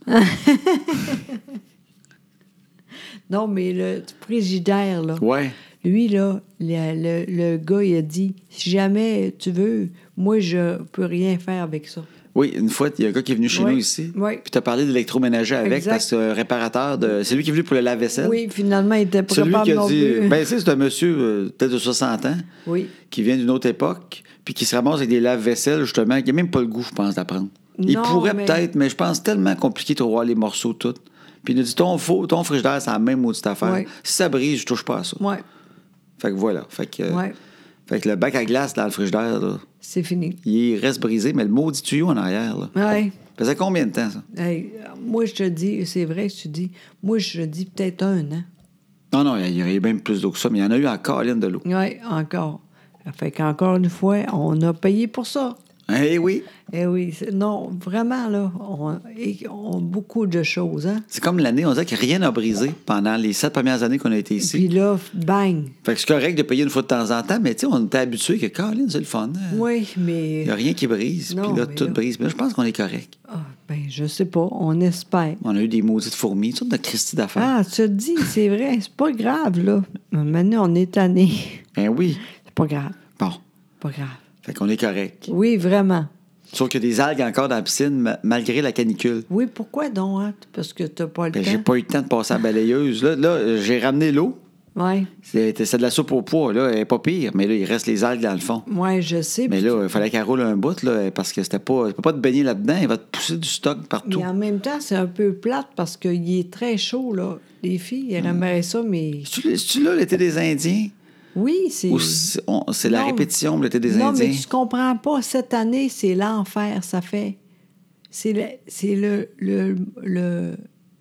Non, mais le frigidaire, là. Ouais. Lui, là, le, le, le gars, il a dit, si jamais tu veux, moi, je peux rien faire avec ça. Oui, une fois, il y a un gars qui est venu chez Oui. nous ici. Oui. Puis tu as parlé d'électroménager avec Exact. parce que c'est un réparateur de. C'est lui qui est venu pour le lave-vaisselle. Oui, finalement, il n'était pas C'est lui capable qui a non dit. plus. Ben, tu sais, c'est un monsieur, euh, peut-être de soixante ans, Oui. qui vient d'une autre époque, puis qui se ramasse avec des lave-vaisselles, justement, qui n'a même pas le goût, je pense, d'apprendre. Il Non, pourrait mais- peut-être, mais je pense tellement compliqué de revoir les morceaux tout. Puis il nous dit ton faux, ton frigidaire, c'est la même maudite affaire. Oui. Si ça brise, je touche pas à ça. Oui, Fait que voilà. Fait que, oui. fait que le bac à glace dans le frigidaire, là, C'est fini. il reste brisé, mais le maudit tuyau en arrière, là. Oui. Ça faisait combien de temps, ça? Hey, moi, je te dis, c'est vrai que tu dis, moi, je dis peut-être un an. Non, non, il y aurait eu même plus d'eau que ça, mais il y en a eu en colline de l'eau. Oui, encore. Ça fait qu'encore une fois, on a payé pour ça. Eh oui! Eh oui, c'est- non, vraiment, là, on, et on beaucoup de choses, hein. C'est comme l'année, on dirait que rien n'a brisé pendant les sept premières années qu'on a été ici. Puis là, bang. Fait que c'est correct de payer une fois de temps en temps, mais tu sais, on était habitué que Colin, c'est le fun. hein. Oui, mais... Il n'y a rien qui brise, Non, puis là, mais tout là- brise. Mais là, je pense qu'on est correct. Ah, ben, je sais pas, on espère. On a eu des maudites fourmis, toutes sortes de Christie d'affaires. Ah, tu te dis, c'est vrai, c'est pas grave, là. Maintenant, on est tanné. Ben oui. C'est pas grave, Bon. pas grave. Fait qu'on est correct. Oui, vraiment. Sauf qu'il y a des algues encore dans la piscine, ma- malgré la canicule. Oui, pourquoi donc, hein? Parce que t'as pas le Ben, temps. j'ai pas eu le temps de passer à la balayeuse. Là, là euh, j'ai ramené l'eau. Oui, C'est, c'est de la soupe au pois, là. Elle est pas pire, mais là, il reste les algues dans le fond. ouais, je sais. Mais puis- là, il fallait qu'elle roule un bout, là, parce que c'était pas. Tu peux pas te baigner là-dedans, il va te pousser du stock partout. Mais en même temps, c'est un peu plate parce qu'il est très chaud, là. Les filles, elles aimeraient ça, mais... C'est-tu, c'est-tu là l'été des Indiens? Oui, c'est... Ou c'est, on- c'est la Non. répétition de l'été des non, Indiens? mais tu comprends pas. Cette année, c'est l'enfer, ça fait. C'est le... C'est le, le, le...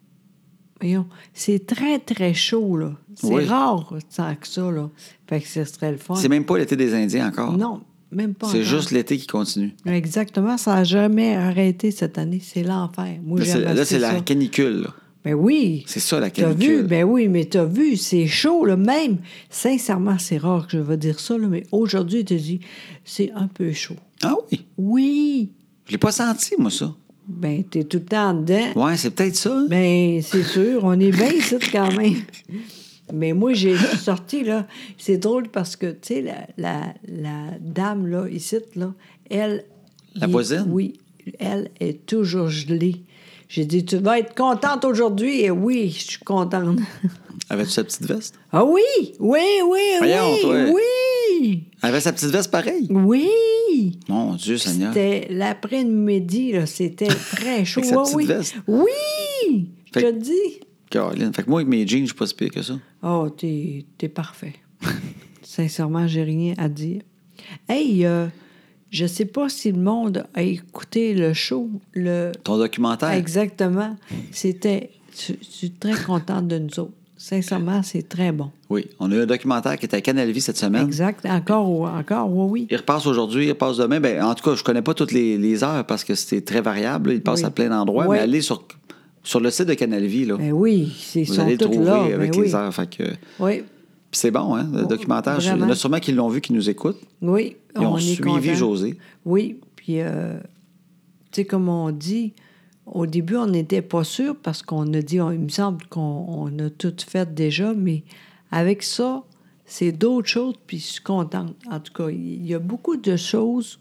Voyons, c'est très, très chaud, là. C'est Oui. rare, tant que ça, là. Fait que ce serait le fun. C'est même pas l'été des Indiens encore. Non, même pas C'est encore. juste l'été qui continue. Exactement, ça n'a jamais arrêté cette année. C'est l'enfer. Moi, Là, j'ai c'est, là, ramassé c'est la ça. canicule. là. Ben oui. C'est ça, la T'as canicule. vu? Ben oui, mais t'as vu, c'est chaud, là, même. Sincèrement, c'est rare que je vais dire ça, là, mais aujourd'hui, tu dis, c'est un peu chaud. Ah oui? Oui. Je l'ai pas senti, moi, ça. ben, t'es tout le temps dedans. Ouais, c'est peut-être ça. Hein? Ben, c'est sûr, on est bien ici quand même. Mais moi, j'ai sorti, là, c'est drôle parce que, tu sais, la, la, la dame, là, ici, là, elle... La il- voisine? Oui, elle est toujours gelée. J'ai dit, tu vas être contente aujourd'hui? Et oui, je suis contente. Avais-tu sa petite veste? Ah oui, oui, oui, Voyons, oui, toi. oui, Elle avait sa petite veste pareille? oui. Mon Dieu Seigneur. C'était l'après-midi, là, c'était très chaud. Avec sa Ah petite oui. veste? Oui, je Fait- te dis. Caroline. Fait que moi, avec mes jeans, je suis pas si pire que ça. Oh, t'es, t'es parfait. Sincèrement, j'ai rien à dire. Hey, euh, je sais pas si le monde a écouté le show. Le... Ton documentaire? Exactement. C'était... Je je suis très contente de nous autres. Sincèrement, c'est très bon. Oui. On a eu un documentaire qui était à Canal Vie cette semaine. Exact. Encore, encore, oui, oui. Il repasse aujourd'hui, il repasse demain. Ben, en tout cas, je connais pas toutes les, les heures parce que c'était très variable. là. Il passe Oui. à plein d'endroits. Oui. Mais allez sur, sur le site de Canal Vie, là. Ben oui, c'est, Vous sont allez le toutes trouver là. avec Ben les oui. heures. Fait que... Puis Oui, c'est bon, hein, le Oh, documentaire. Il y en vraiment. a sûrement qui l'ont vu, qui nous écoutent. oui. Ils ont on est suivi content. José. Oui, puis, euh, tu sais, comme on dit, au début, on n'était pas sûr parce qu'on a dit, on- il me semble qu'on on a tout fait déjà, mais avec ça, c'est d'autres choses, puis je suis contente. En tout cas, il y a beaucoup de choses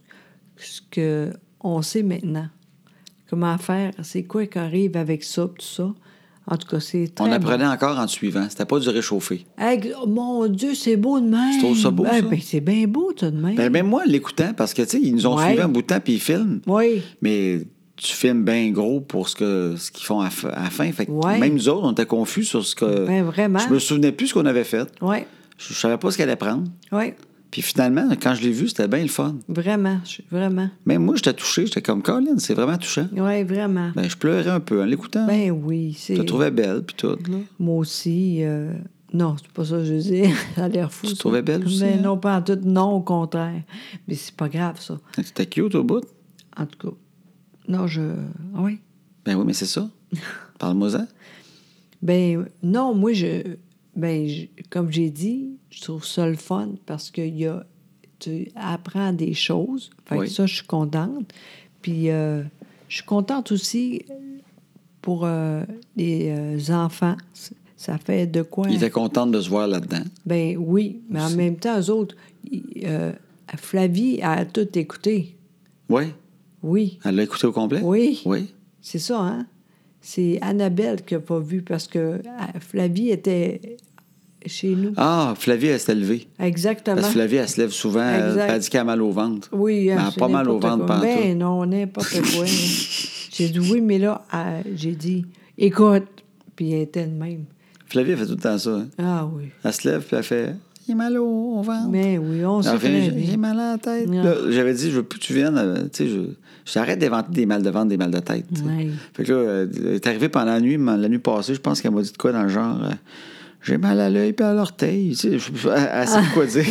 qu'on sait maintenant. Comment faire, c'est quoi qui arrive avec ça, tout ça. En tout cas, c'est très On apprenait bon. encore en te suivant. C'était pas du réchauffé. Hey, oh, mon Dieu, c'est beau de même. Tu trouves ça beau, Eh ça? ben, c'est bien beau, tout de même. Ben, même moi, l'écoutant, parce que, tu sais, ils nous ont Ouais. suivis un bout de temps, puis ils filment. Oui, Mais tu filmes bien gros pour ce, que, ce qu'ils font à, f- à la fin. Fait que Ouais. même nous autres, on était confus sur ce que... ben vraiment. Je me souvenais plus ce qu'on avait fait. Oui, Je, je savais pas ce qu'elle allait prendre. oui, Puis finalement, quand je l'ai vu, c'était bien le fun. vraiment, je- vraiment. Même moi, j'étais touché. J'étais comme, Colin, c'est vraiment touchant. Oui, vraiment. Ben, je pleurais un peu en l'écoutant. Ben oui, c'est... Je te trouvais belle, puis tout, là. Moi aussi, euh, non, c'est pas ça que je veux dire. Ça a l'air fou. Tu te ça. trouvais belle aussi, Mais hein? non, pas en tout, non, au contraire. Mais c'est pas grave, ça. C'était cute au bout. En tout cas, non, je... Ah oui. Ben oui, mais c'est ça. Parle-moi-en. Ben non, moi, je... Ben, je- comme j'ai dit, je trouve ça le fun parce que y a... tu apprends des choses. Fait que Oui. ça, je suis contente. Puis, euh, je suis contente aussi pour euh, les euh, enfants. Ça fait de quoi... Il était content de se voir là-dedans. Ben oui, mais en Aussi. même temps, eux autres, ils, euh, Flavie a tout écouté. Oui. Oui, Elle l'a écouté au complet? oui, Oui. c'est ça, hein? C'est Annabelle qui n'a pas vu parce que euh, Flavie était chez nous. Ah, Flavie, elle s'est levée. Exactement. Parce que Flavie, elle se lève souvent. Elle, Exact. elle dit qu'elle a mal au ventre. Oui, Elle hein, a c'est pas mal au n'importe ventre quoi. pantoute. Ben non, n'importe quoi. là. J'ai dit oui, mais là, euh, j'ai dit écoute, puis elle était de même. Flavie, elle fait tout le temps ça. Hein. Ah oui. Elle se lève, puis elle fait « Il est mal au, au ventre. » Mais oui, on Elle sait revient, très J'ai j'ai bien. mal à la tête. Non. Là, j'avais dit, je veux plus que tu viennes. euh, Tu sais, je, j'arrête d'inventer des mal de ventre, des mal de tête. tu sais. Ouais. Fait que là, euh, elle est arrivée pendant la nuit, mais la nuit passée, je pense qu'elle m'a dit de quoi dans le genre. euh, j'ai mal à l'œil puis à l'orteil. Tu sais, je- elle, elle sait de quoi dire.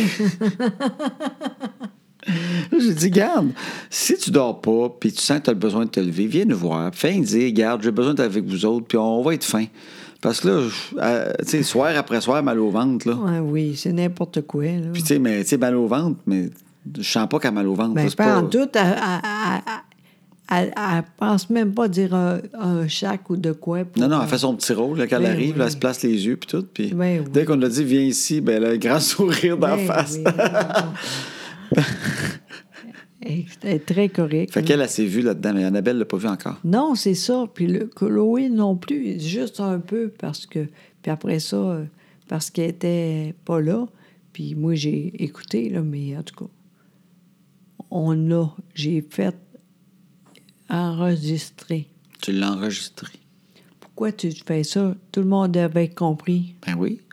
Là, j'ai dit, garde, si tu dors pas puis tu sens que tu as besoin de te lever, viens nous voir. Fais dire, garde, j'ai besoin d'être avec vous autres, puis on va être fin. Parce que là, je- euh, tu sais, soir après soir, mal au ventre, là. Ouais, oui, c'est n'importe quoi. Là. Puis, tu sais, mais, tu sais, mal au ventre, mais je sens pas qu'elle a mal au ventre. Ben, là, c'est pas en tout, elle, elle, elle, elle- elle pense même pas dire un, un chac ou de quoi. Pour, Non, non, elle fait son petit rôle. Là, quand Ben elle arrive, oui. là, elle se place les yeux, puis tout. Puis Ben oui. dès qu'on a dit, viens ici, ben, elle a un grand sourire d'en Ben face. oui, non. Elle est très correcte. Fait qu'elle, elle s'est vue là-dedans, mais Annabelle l'a pas vu encore. Non, c'est ça. Puis le Chloé non plus, juste un peu parce que... Puis après ça, euh, parce qu'elle était pas là. Puis moi, j'ai écouté, là, mais en tout cas, on l'a. J'ai fait enregistrer. Tu l'as enregistré. Pourquoi tu fais ça? Tout le monde avait compris. Ben oui.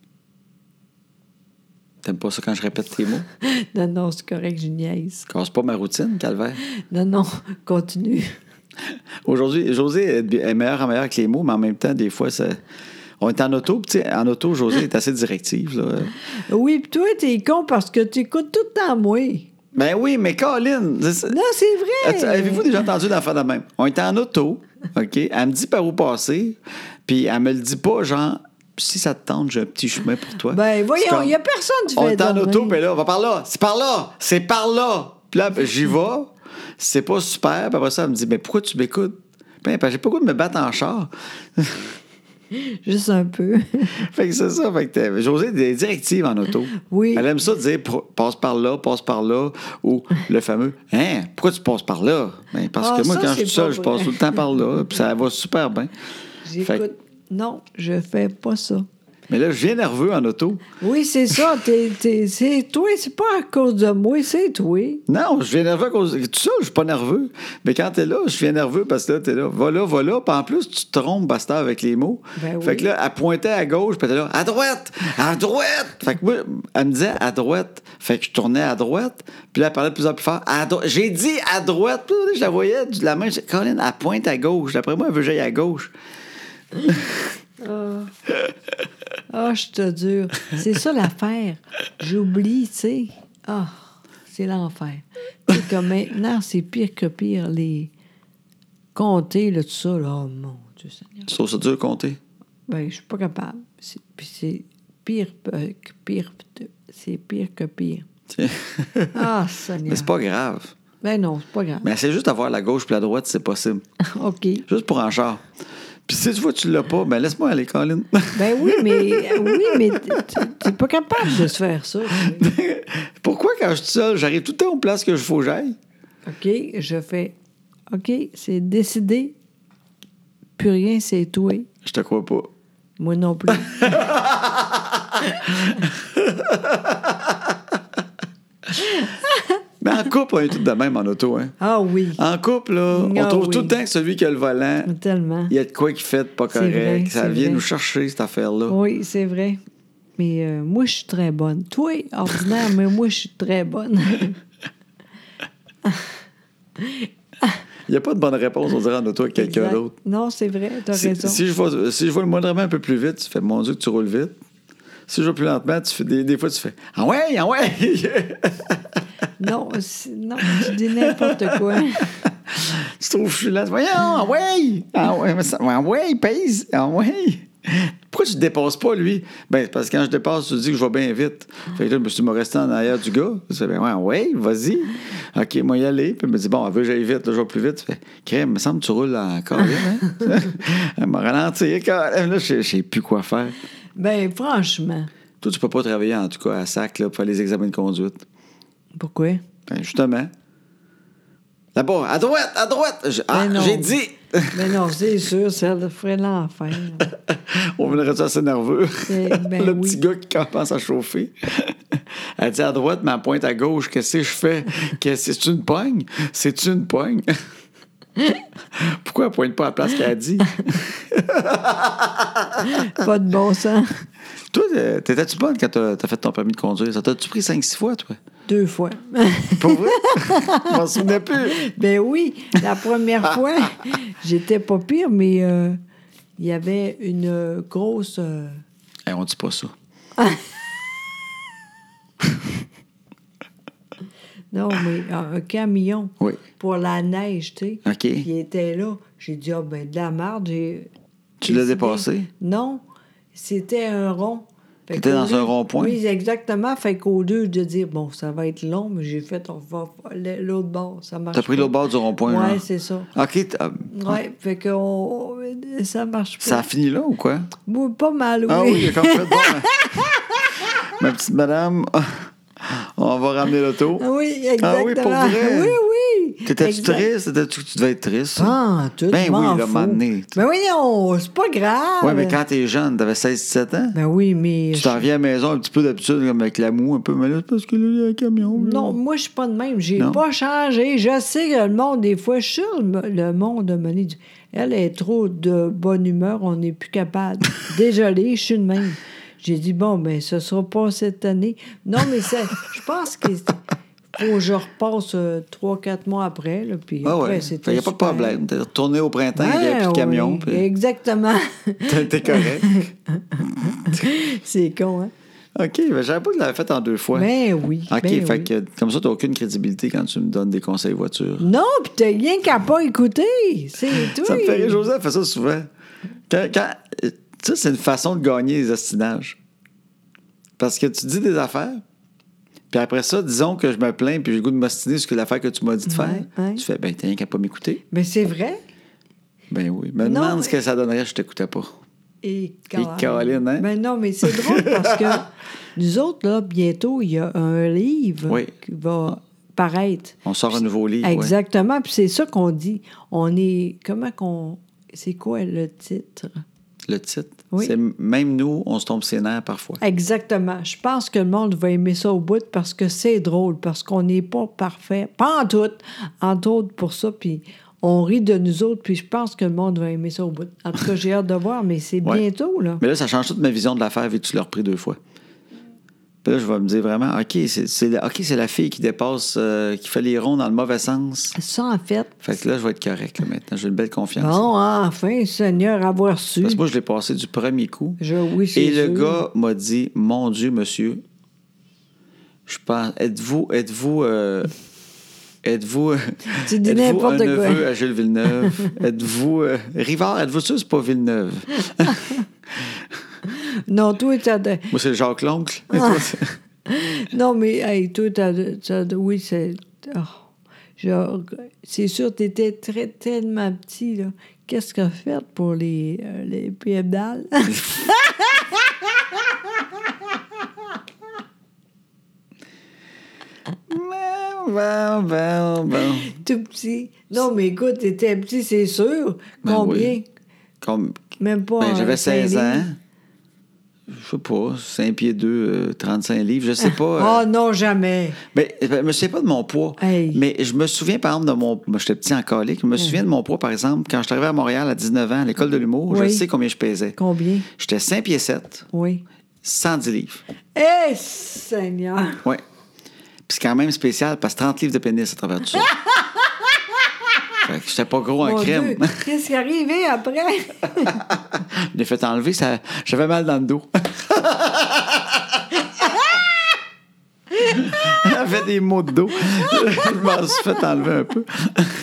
T'aimes pas ça quand je répète tes mots? Non, non, c'est correct, je niaise. Casse pas ma routine, calvaire. Non, non, continue. Aujourd'hui, José est est meilleure en meilleure avec les mots, mais en même temps, des fois, ça... on est en auto. puis tu sais, en auto, José est assez directive. Là. Oui, puis toi, t'es con parce que tu écoutes tout le temps moi. Ben oui, mais Colin... c'est ça. Non, c'est vrai. As- Avez-vous déjà entendu l'affaire de même? On était en auto, OK? Elle me dit par où passer, puis elle me le dit pas, genre, si ça te tente, j'ai un petit chemin pour toi. Ben, C'est voyons, comme- il n'y a personne qui On fait est en donc auto, bien. puis là, on va par là. C'est par là. C'est par là. Puis là, ben, j'y vais. C'est pas super. Puis après ça, elle me dit, mais pourquoi tu m'écoutes? Ben, parce que j'ai pas le goût de me battre en char. Juste un peu. Fait que c'est ça. Fait que t'as- Josée a des directives en auto. Oui. Elle aime ça dire pro- passe par là, passe par là, ou le fameux Hein, pourquoi tu passes par là? Ben, parce Ah, que moi, ça, quand je c'est suis seul, pas je vrai. passe tout le temps par là, puis ça va super bien. J'écoute. Fait- Non, je fais pas ça. Mais là, je viens nerveux en auto. Oui, c'est ça. T'es, t'es- c'est toi, c'est pas à cause de moi, c'est toi. Non, je viens nerveux à cause. Tout ça, je suis pas nerveux. Mais quand t'es là, je viens nerveux parce que là, t'es là. Va là, va là. Puis en plus, tu te trompes, Bastard, avec les mots. Ben Fait oui. que là, elle pointait à gauche, puis t'es là, à droite, à droite. Fait que moi, elle me disait à droite. Fait que je tournais à droite. Puis là, elle parlait de plus en plus fort. À dro- J'ai dit à droite. Puis là, je la voyais de la main. Je dis, Colin, elle pointe à gauche. D'après moi, elle veut que j'aille à gauche. Ah, je te jure. C'est ça l'affaire. J'oublie, tu sais. Ah, c'est l'enfer. Tu sais, comme maintenant, c'est pire que pire. Les compter, là, tout ça, là. Oh mon Dieu Seigneur. Tu trouves ça dur de compter? Ben, je suis pas capable. C'est- Puis c'est pire euh, que pire. C'est pire que pire. Tiens. Ah, Seigneur. Mais c'est pas grave. Ben non, c'est pas grave. Mais c'est juste avoir la gauche puis la droite, c'est possible. OK. Juste pour en char. Puis si tu vois que tu l'as pas, ben laisse-moi aller, Colin. Ben oui, mais oui, mais t- t- t'es pas capable de se faire ça. tu sais. Pourquoi, quand je suis seul, j'arrive tout le temps aux places que je faut que j'aille? OK, je fais. OK, c'est décidé. Plus rien, c'est toi. Je te crois pas. Moi non plus. Mais en couple, on est tous de même en auto, hein? Ah oui, En couple, là, on Ah trouve oui. tout le temps que celui qui a le volant, tellement. il y a de quoi qui fait de pas C'est correct. vrai, ça c'est vient vrai. nous chercher, cette affaire-là. Oui, c'est vrai. Mais euh, moi, je suis très bonne. Toi, ordinaire, mais moi, je suis très bonne. Il n'y a pas de bonne réponse, on dirait, en auto avec quelqu'un Exact. d'autre. Non, c'est vrai, t'as Si, raison. si je vois, si je vois le moindrement un peu plus vite, tu fais, mon Dieu, que tu roules vite. Si je vais plus lentement, tu fais des, des fois, tu fais, ah ouais, ah ouais! Non, c'est- non, tu dis n'importe quoi. Tu trouves que je suis là, voyons, ah ouais! Ah ouais, mais ça, ah ouais, pèse, ah ouais! Pourquoi tu ne dépasses pas, lui? Ben, parce que quand je dépasse, tu te dis que je vais bien vite. Fait que là, je me resté en arrière du gars. Tu fais, ben ouais, ouais, vas-y. OK, moi, y aller. Puis il me dit, bon, elle veut que j'aille vite, là, je vais plus vite. Tu fais, crème, il me semble que tu roules encore, hein? Elle m'a ralenti, quand même. Là, je ne sais plus quoi faire. Ben, franchement. Toi, tu peux pas travailler, en tout cas, à sac, là, pour faire les examens de conduite. Pourquoi? Ben, justement. Là-bas, à droite, à droite. Je- ah, Ben non. j'ai dit. Mais non, c'est sûr, ça ferait l'enfer. On viendrait assez nerveux. Eh ben le oui. petit gars qui commence à chauffer. Elle dit à droite, mais elle pointe à gauche. Qu'est-ce que je fais? Qu'est-ce que c'est une pogne? C'est une pogne? Pourquoi elle pointe pas à la place qu'elle a dit? Pas de bon sens. Toi, t'étais-tu bonne quand t'as, t'as fait ton permis de conduire? Ça t'a-tu pris cinq six fois, toi? Deux fois. Pour vrai? Je m'en souvenais plus. Ben oui, la première fois, j'étais pas pire, mais euh, il y avait une euh, grosse... euh, Hey, on dit pas ça. Non, mais un, un camion Oui. pour la neige, tu sais. OK. Puis il était là. J'ai dit, ah ben de la merde. j'ai Tu l'as décidé- dépassé? Non, c'était un rond. Fait T'étais qu'au dans lieu- un rond-point? Oui, exactement. Fait qu'au lieu de dire, bon, ça va être long, mais j'ai fait, on va faire l'autre bord. Ça marche T'as pris pas. l'autre bord du rond-point, Ouais, là? c'est ça. OK. t'as- Ouais, fait que on- ça marche pas. Ça a fini là ou quoi? Moi, pas mal, oui. Ah oui, il a comme fait bon. hein. Ma petite madame, on va ramener l'auto. Ah oui, exactement. Ah oui, pour vrai? Oui, oui. T'étais-tu Exact. triste? T'étais-tu- Tu devais être triste? ça? Ah, tout Ben oui, m'en là, fous. m'amener. Ben oui, non, c'est pas grave. Oui, mais quand t'es jeune, t'avais seize dix-sept ans, Ben oui, mais... tu t'en viens à la maison un petit peu d'habitude, comme avec la moue un peu, mais là, c'est parce que là, il y a un camion. là. Non, moi, je suis pas de même. J'ai Non? pas changé. Je sais que le monde, des fois, je suis sûr, le le monde a mené du... Elle est trop de bonne humeur, on n'est plus capable. Désolée, je suis de même. J'ai dit, bon, ben, ce sera pas cette année. Non, mais ça, je pense qu'il faut que je repasse euh, trois, quatre mois après. Là, puis Ah après, ouais. c'était Il n'y a pas de super. problème. T'es retourné au printemps, il n'y avait plus de Ouais, camion. oui, puis exactement. t'es t'es correct. C'est con, hein? OK, ben, j'avais pas que tu l'avais fait en deux fois. Ben oui. OK, ben fait oui. que comme ça, t'as aucune crédibilité quand tu me donnes des conseils voiture. Non, puis t'as rien qu'à pas écouter. C'est tout. Ça me fait rire. Joseph fait ça souvent. Quand, quand, ça, c'est une façon de gagner les ostinages. Parce que tu dis des affaires, puis après ça, disons que je me plains, puis j'ai le goût de m'ostiner sur l'affaire que tu m'as dit de faire. Ouais, ouais. Tu fais, ben, t'as rien qu'à pas m'écouter. Mais c'est vrai. Ben oui. Me Non, demande mais- ce que ça donnerait, je t'écoutais pas. Et Caroline, hein? Ben non, mais c'est drôle parce que nous autres, là, bientôt, il y a un livre Oui. qui va paraître. On sort un nouveau livre. ouais. Exactement. Puis c'est ça qu'on dit. On est. Comment qu'on. C'est quoi le titre? Le titre. Oui. C'est même nous, on se tombe ses nerfs parfois. Exactement. Je pense que le monde va aimer ça au bout parce que c'est drôle, parce qu'on n'est pas parfait. Pas en tout. Entre autres pour ça. Puis on rit de nous autres, puis je pense que le monde va aimer ça au bout. En tout cas, j'ai hâte de voir, mais c'est Ouais. bientôt, là. Mais là, ça change toute ma vision de l'affaire vu que tu l'as repris deux fois. Puis là, je vais me dire vraiment, OK, c'est, c'est, la- OK, c'est la fille qui dépasse, euh, qui fait les ronds dans le mauvais sens. Ça, en fait. Fait que là, je vais être correct là, maintenant. J'ai une belle confiance. Bon, enfin, Seigneur, avoir su. Parce que moi, je l'ai passé du premier coup. Je, oui, c'est Et le sûr. gars m'a dit, mon Dieu, monsieur, je pense, êtes-vous, êtes-vous, euh, êtes-vous, Tu dis êtes-vous n'importe un quoi. neveu à Gilles Villeneuve? êtes-vous, euh, Rivard, êtes-vous sûr que c'est pas Villeneuve? Non, toi, t'as... de- Moi, c'est Jacques l'oncle. Et toi, c'est- Non, mais, hey, toi, t'as... de- t'as de- Oui, c'est... oh, genre, c'est sûr, t'étais très, tellement petit, là. Qu'est-ce que t'as fait pour les, euh, les pédales? Bon, bon, bon. Tout petit. Non, mais écoute, t'étais petit, c'est sûr. Ben Combien? oui. Comme, Même pas... ben, j'avais euh, cinq seize ans. livres? Je sais pas, cinq pieds deux, euh, trente-cinq livres, je sais pas. Oh euh, non, jamais. mais je me souviens pas de mon poids. Hey. Mais je me souviens, par exemple, de mon... Moi, j'étais petit en colique. Je me souviens de mon poids, par exemple, quand je suis arrivé à Montréal à dix-neuf ans, à l'école de l'humour, je Oui. sais combien je pesais. Combien? J'étais cinq pieds sept, Oui. cent dix livres. Eh, Seigneur! Ouais. Puis c'est quand même spécial, parce que trente livres de pénis à travers tout ça. Fait que j'étais pas gros en Mon crème. Dieu, qu'est-ce qui est arrivé après? Je l'ai fait enlever, ça... j'avais mal dans le dos. J'avais des maux de dos. Je m'en suis fait enlever un peu.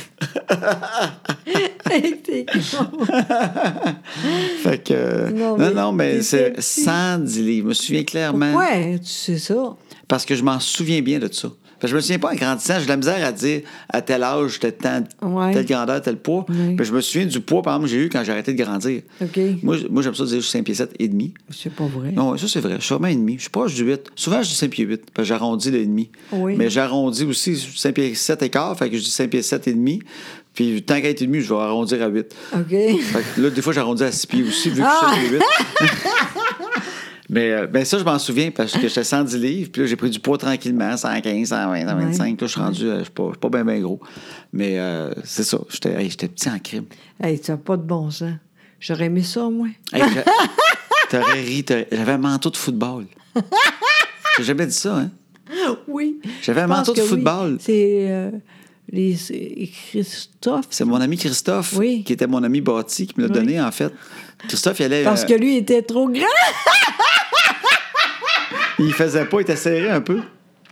T'es con. Fait que... Non, Non, mais non, mais t'étais c'est petit. cent dix livres. Je me souviens clairement. Ouais, tu sais ça. Parce que je m'en souviens bien de ça. Fait que je me souviens pas en grandissant, j'ai de la misère à dire à tel âge, j'étais tant, Ouais. telle grandeur, tel poids. Oui. Puis je me souviens du poids, par exemple, que j'ai eu quand j'ai arrêté de grandir. OK. Moi, j- moi, j'aime ça dire que je suis cinq pieds sept et demi. C'est pas vrai. Non, ça, c'est vrai. Je suis vraiment et demi. Je suis proche du huit. Souvent, je dis cinq pieds huit, parce que j'arrondis le demi. Oui. Mais j'arrondis aussi cinq pieds sept et quart, fait que je dis cinq pieds sept et demi. Puis tant qu'à être et demi, je vais arrondir à huit. OK. Fait que là, des fois, j'arrondis à six pieds aussi, vu que Ah! je suis sept et huit. Mais euh, ben ça, je m'en souviens parce que j'étais cent dix livres, puis là, j'ai pris du poids tranquillement, cent quinze, cent vingt, cent vingt-cinq. Là, je suis rendu, euh, je suis pas, je suis pas bien, bien gros. Mais euh, c'est ça, j'étais hey, j'étais petit en crime. Hey, t'as pas de bon sens. J'aurais aimé ça, moi. Hey, j'a- t'aurais ri, t'aurais- j'avais un manteau de football. J'ai jamais dit ça, hein? Oui. J'avais un Je pense manteau de que oui. football. C'est euh, les c'est Christophe. C'est mon ami Christophe, Oui. qui était mon ami bâti, qui me l'a Oui. donné, en fait. Christophe, il allait... Parce euh, que lui était trop grand. il faisait pas, il était serré un peu.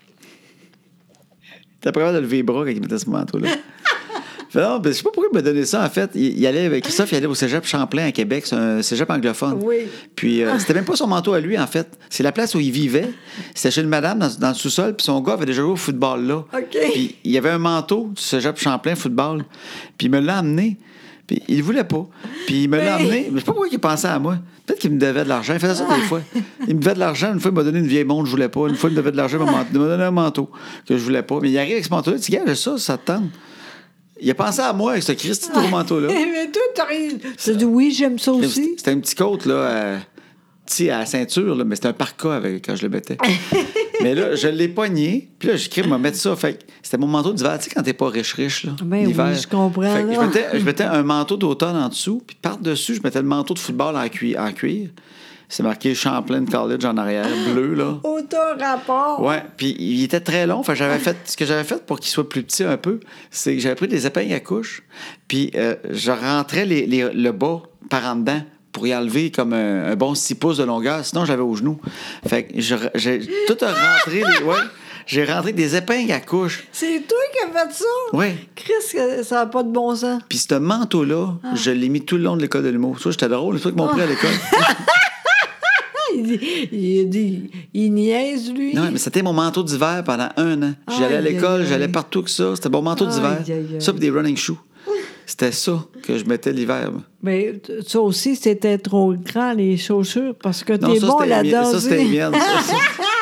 T'as pas capable de lever les bras quand il mettait ce manteau-là. Fait, non, ben, je sais pas pourquoi il m'a donné ça, en fait. Il, il allait, Christophe, il allait au cégep Champlain à Québec. C'est un cégep anglophone. Oui. Puis euh, c'était même pas son manteau à lui, en fait. C'est la place où il vivait. C'était chez une madame dans, dans le sous-sol. Puis son gars avait déjà joué au football là. OK. Puis il y avait un manteau du cégep Champlain football. Puis il me l'a amené. Puis il voulait pas. Puis il me l'a Mais- amené. Mais je sais pas pourquoi il pensait à moi. Peut-être qu'il me devait de l'argent. Il faisait ça des fois. Il me devait de l'argent. Une fois, il m'a donné une vieille montre, je voulais pas. Une fois, il me devait de l'argent, il m'a il m'a donné un manteau que je voulais pas. Mais il arrive avec ce manteau-là. Il dit, gars, j'ai ça, ça te tente. Il a pensé à moi avec ce Christy de gros manteau-là. Mais toi, t'as rien. Tu dit oui, j'aime ça aussi. C'était un petit côte, là, euh, tu sais, à la ceinture, là, mais c'était un parka avec, quand je le mettais. Mais là, je l'ai pogné, puis là, j'ai écrit, me mettre ça. Fait que c'était mon manteau d'hiver, tu sais, quand t'es pas riche-riche, là. Ben oui, l'hiver. je comprends, Fait que je là. mettais, je mettais un manteau d'automne en dessous, puis par-dessus, je mettais le manteau de football en, cui- en cuir. C'est marqué Champlain College en arrière, bleu, là. Autant rapport. Ouais, puis il était très long. Fait que j'avais fait ce que j'avais fait pour qu'il soit plus petit un peu, c'est que j'avais pris des épingles à couche, puis euh, je rentrais les, les- le bas par en dedans pour y enlever comme un, un bon six pouces de longueur. Sinon, j'avais au genou. Fait que je- j'ai tout a rentré. Les, ouais, j'ai rentré des épingles à couche. C'est toi qui as fait ça? Ouais. Chris, que ça n'a pas de bon sens. Puis ce manteau-là, Ah. je l'ai mis tout le long de l'école de l'humour. Ça, j'étais drôle. C'est toi qui m'ont pris à l'école. Il dit, il, dit, il niaise, lui. Non, mais c'était mon manteau d'hiver pendant un an. J'allais à Aïe, l'école, aïe, j'allais aïe. partout que ça. C'était mon manteau Aïe, d'hiver. aïe, aïe. Ça, puis des running shoes. C'était ça que je mettais l'hiver. Mais ça aussi, c'était trop grand, les chaussures, parce que Non, t'es ça, bon c'était les miennes. là-dedans. Ça, c'était les miennes. ça, ça.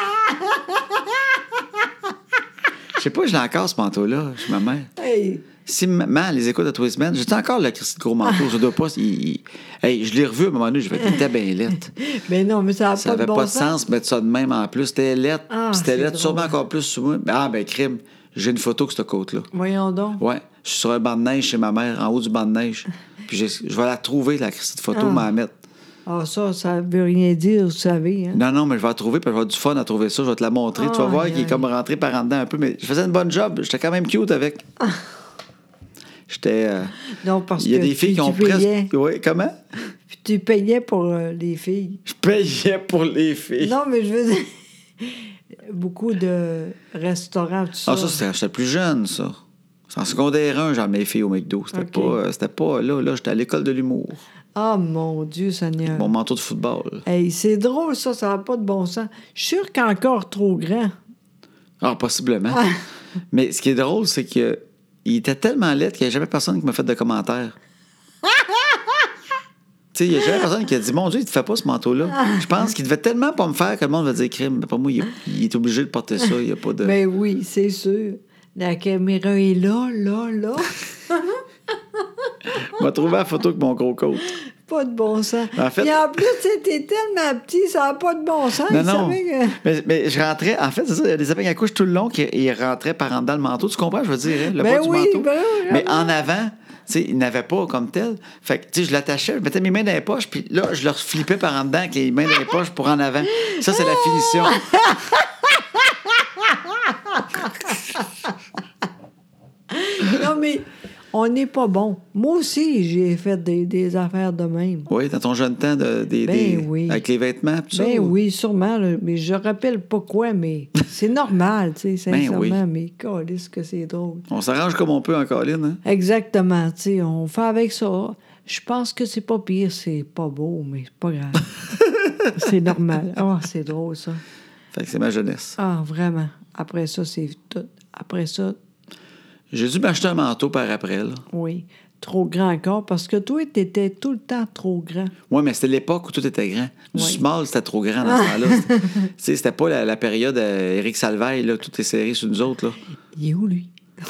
Je sais pas, je l'ai encore, ce manteau-là, chez ma mère. Hey. Si maman les écoute à tous les semaines, j'ai encore le Christy de gros manteau. Je dois pas. Il, il... Hey, je l'ai revu à un moment donné, je vais être bien lettre. Mais non, mais ça n'a Ça pas de n'avait bon pas de sens. sens de mettre ça de même en plus. C'était lettre. Ah, Puis c'était c'est lettre drôle. sûrement encore plus sur moi. Ah, ben, crime. J'ai une photo de cette côte-là. Voyons donc. Ouais. Je suis sur un banc de neige chez ma mère, en haut du banc de neige. Puis j'ai- je vais la trouver, la Christy de photo, Ah. m'en mettre. Ah, ça, ça veut rien dire, vous savez. Hein? Non, non, mais je vais la trouver, puis je vais avoir du fun à trouver ça. Je vais te la montrer. tu vas Aïe, voir qu'il est aïe. comme rentré par en dedans un peu. Mais je faisais une bonne job. J'étais quand même cute avec. J'étais. euh, Non, parce Il y a que des filles tu, qui ont tu payais, presque. Oui, comment? puis tu payais pour euh, les filles. Je payais pour les filles. Non, mais je veux dire, beaucoup de restaurants, tout ça. Ah, ça, c'était j'étais plus jeune, ça. C'est en secondaire un, j'en mes filles au McDo. C'était OK. pas, euh, c'était pas là, là, j'étais à l'école de l'humour. Ah, mon Dieu, Seigneur. Mon manteau de football. Hey, c'est drôle, ça, ça n'a pas de bon sens. Je suis sûre qu'encore trop grand. Ah, possiblement. Ah. Mais ce qui est drôle, c'est que il était tellement laid qu'il n'y a jamais personne qui m'a fait de commentaires. Tu sais, il n'y a jamais personne qui a dit, mon Dieu, il te fait pas ce manteau-là. Je pense qu'il devait tellement pas me faire que le monde va dire crime. Mais pour moi, il est, il est obligé de porter ça. Il n'y a pas de. Ben oui, c'est sûr. La caméra est là, là, là. Il m'a trouvé la photo avec mon gros coat. Pas de bon sens. En fait- Puis en plus, c'était tellement petit, ça n'a pas de bon sens. Non, Il non. savait que- Mais, mais je rentrais, en fait, c'est ça, il y a des abeilles à couche tout le long qui ils rentraient par en dedans le manteau. Tu comprends, je veux dire, hein, le Ben bas oui, du manteau. ben oui, mais vraiment. en avant, tu sais, ils n'avaient pas comme tel. Fait que, tu sais, je l'attachais, je mettais mes mains dans les poches, puis là, je leur flippais par en dedans avec les mains dans les poches pour en avant. Ça, c'est la finition. Non, mais on n'est pas bon. Moi aussi, j'ai fait des, des affaires de même. Oui, dans ton jeune temps, de, des, Ben des- oui. avec les vêtements, tout ça. Ben ou- oui, sûrement, là, mais je rappelle pas quoi, mais c'est normal, tu sais, Ben sincèrement, oui. mais calisse que c'est drôle. On s'arrange comme on peut en colline, hein? Exactement, tu sais, on fait avec ça. Je pense que c'est pas pire, c'est pas beau, mais c'est pas grave. C'est normal. Ah, c'est drôle, ça. Fait que c'est ma jeunesse. Ah, vraiment. Après ça, c'est tout. Après ça, J'ai dû m'acheter un manteau par après, là. oui, trop grand encore, parce que toi, t'étais tout le temps trop grand. Oui, mais c'était l'époque où tout était grand. Du Oui. small, c'était trop grand dans ce temps-là. C'était- Tu sais, c'était pas la, la période euh, Éric Salvaille, là, tout est serré sur nous autres, là. Il est où, lui?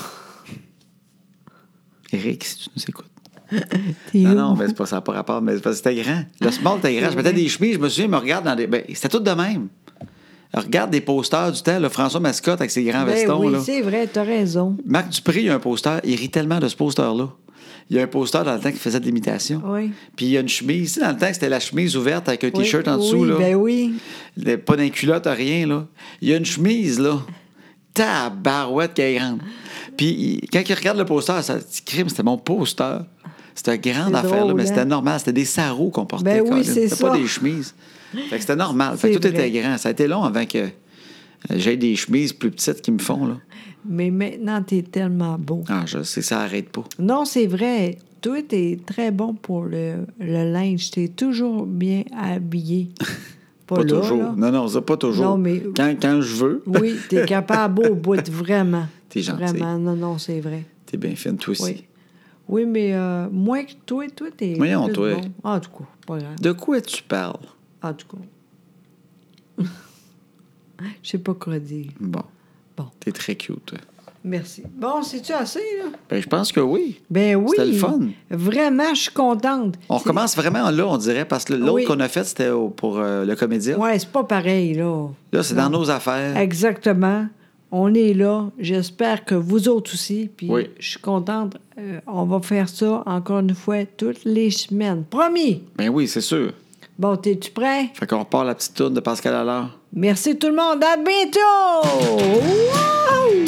Éric, si tu nous écoutes. T'es Non, où? non, mais c'est pas ça, n'a pas rapport. Mais c'est parce que c'était grand. Le small était grand. Je mettais des chemises, je me souviens, me regarde dans des. Ben, c'était tout de même. Regarde des posters du temps, là, François Mascotte avec ses grands Ben vestons, oui, là. c'est vrai, t'as raison. Marc Dupré, il y a un poster. Il rit tellement de ce poster-là. Il y a un poster dans le temps qui faisait de l'imitation. Oui. Puis il y a une chemise. Tu sais, dans le temps, c'était la chemise ouverte avec un Oui, T-shirt en dessous, oui, là. ben oui. Le- Pas d'un culotte, rien, là. Il y a une chemise, là. Tabarouette qui est grande. Puis il- quand il regarde le poster, ça dit crime, c'était mon poster. C'était une grande C'est affaire, là, drôle, mais hein? c'était normal. C'était des sarraux qu'on portait. Ben oui, Colin. c'est C'était pas ça. des chemises. Fait que c'était normal. Fait que C'est tout vrai. était grand. Ça a été long avant que euh, j'aie des chemises plus petites qui me font, là. Mais maintenant, t'es tellement beau. Ah, je sais, ça arrête pas. Non, c'est vrai. Toi, t'es très bon pour le, le linge. T'es toujours bien habillé. Pas, Pas là, toujours. là. Non, non, ça, pas toujours. Non, mais- Quand, quand je veux, Oui, t'es capable au bout, vraiment. T'es gentil. Vraiment, non, non, c'est vrai. t'es bien fine, toi aussi. Oui. Oui, mais euh, moins que toi, toi, t'es Voyons, plus toi. bon. En tout cas, pas grave. De quoi tu parles? En tout cas. Je sais pas quoi dire. Bon. Bon. T'es très cute, toi. Merci. Bon, c'est-tu assez, là? Ben, je pense que oui. Ben oui. C'était le fun. Vraiment, je suis contente. On C'est- recommence vraiment là, on dirait, parce que l'autre Oui. qu'on a fait, c'était au- pour euh, le comédien. Ouais, c'est pas pareil, là. Là, c'est dans nos affaires. Exactement. On est là. J'espère que vous autres aussi. Puis Oui. je suis contente. Euh, on va faire ça encore une fois toutes les semaines. Promis! Ben oui, c'est sûr. Bon, t'es-tu prêt? Fait qu'on repart la petite tourne de Pascal Allard. Merci tout le monde. À bientôt! Wow!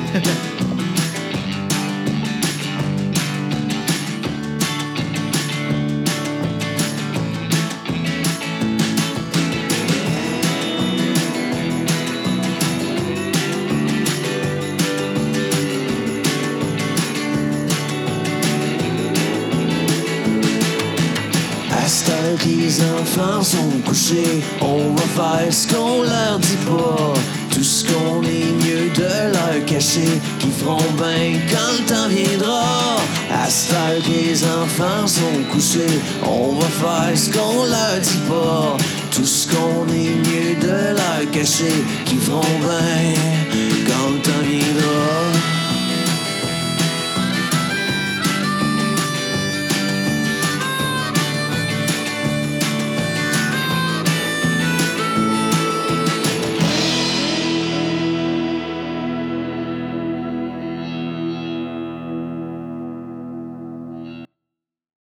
À cette heure que les enfants sont couchés, on va faire ce qu'on leur dit pas. Tout ce qu'on est mieux de leur cacher, qui feront bien quand le temps viendra. À À ce temps que les enfants sont couchés, on va faire ce qu'on leur dit pas. Tout ce qu'on est mieux de leur cacher, qui feront bien quand le temps viendra.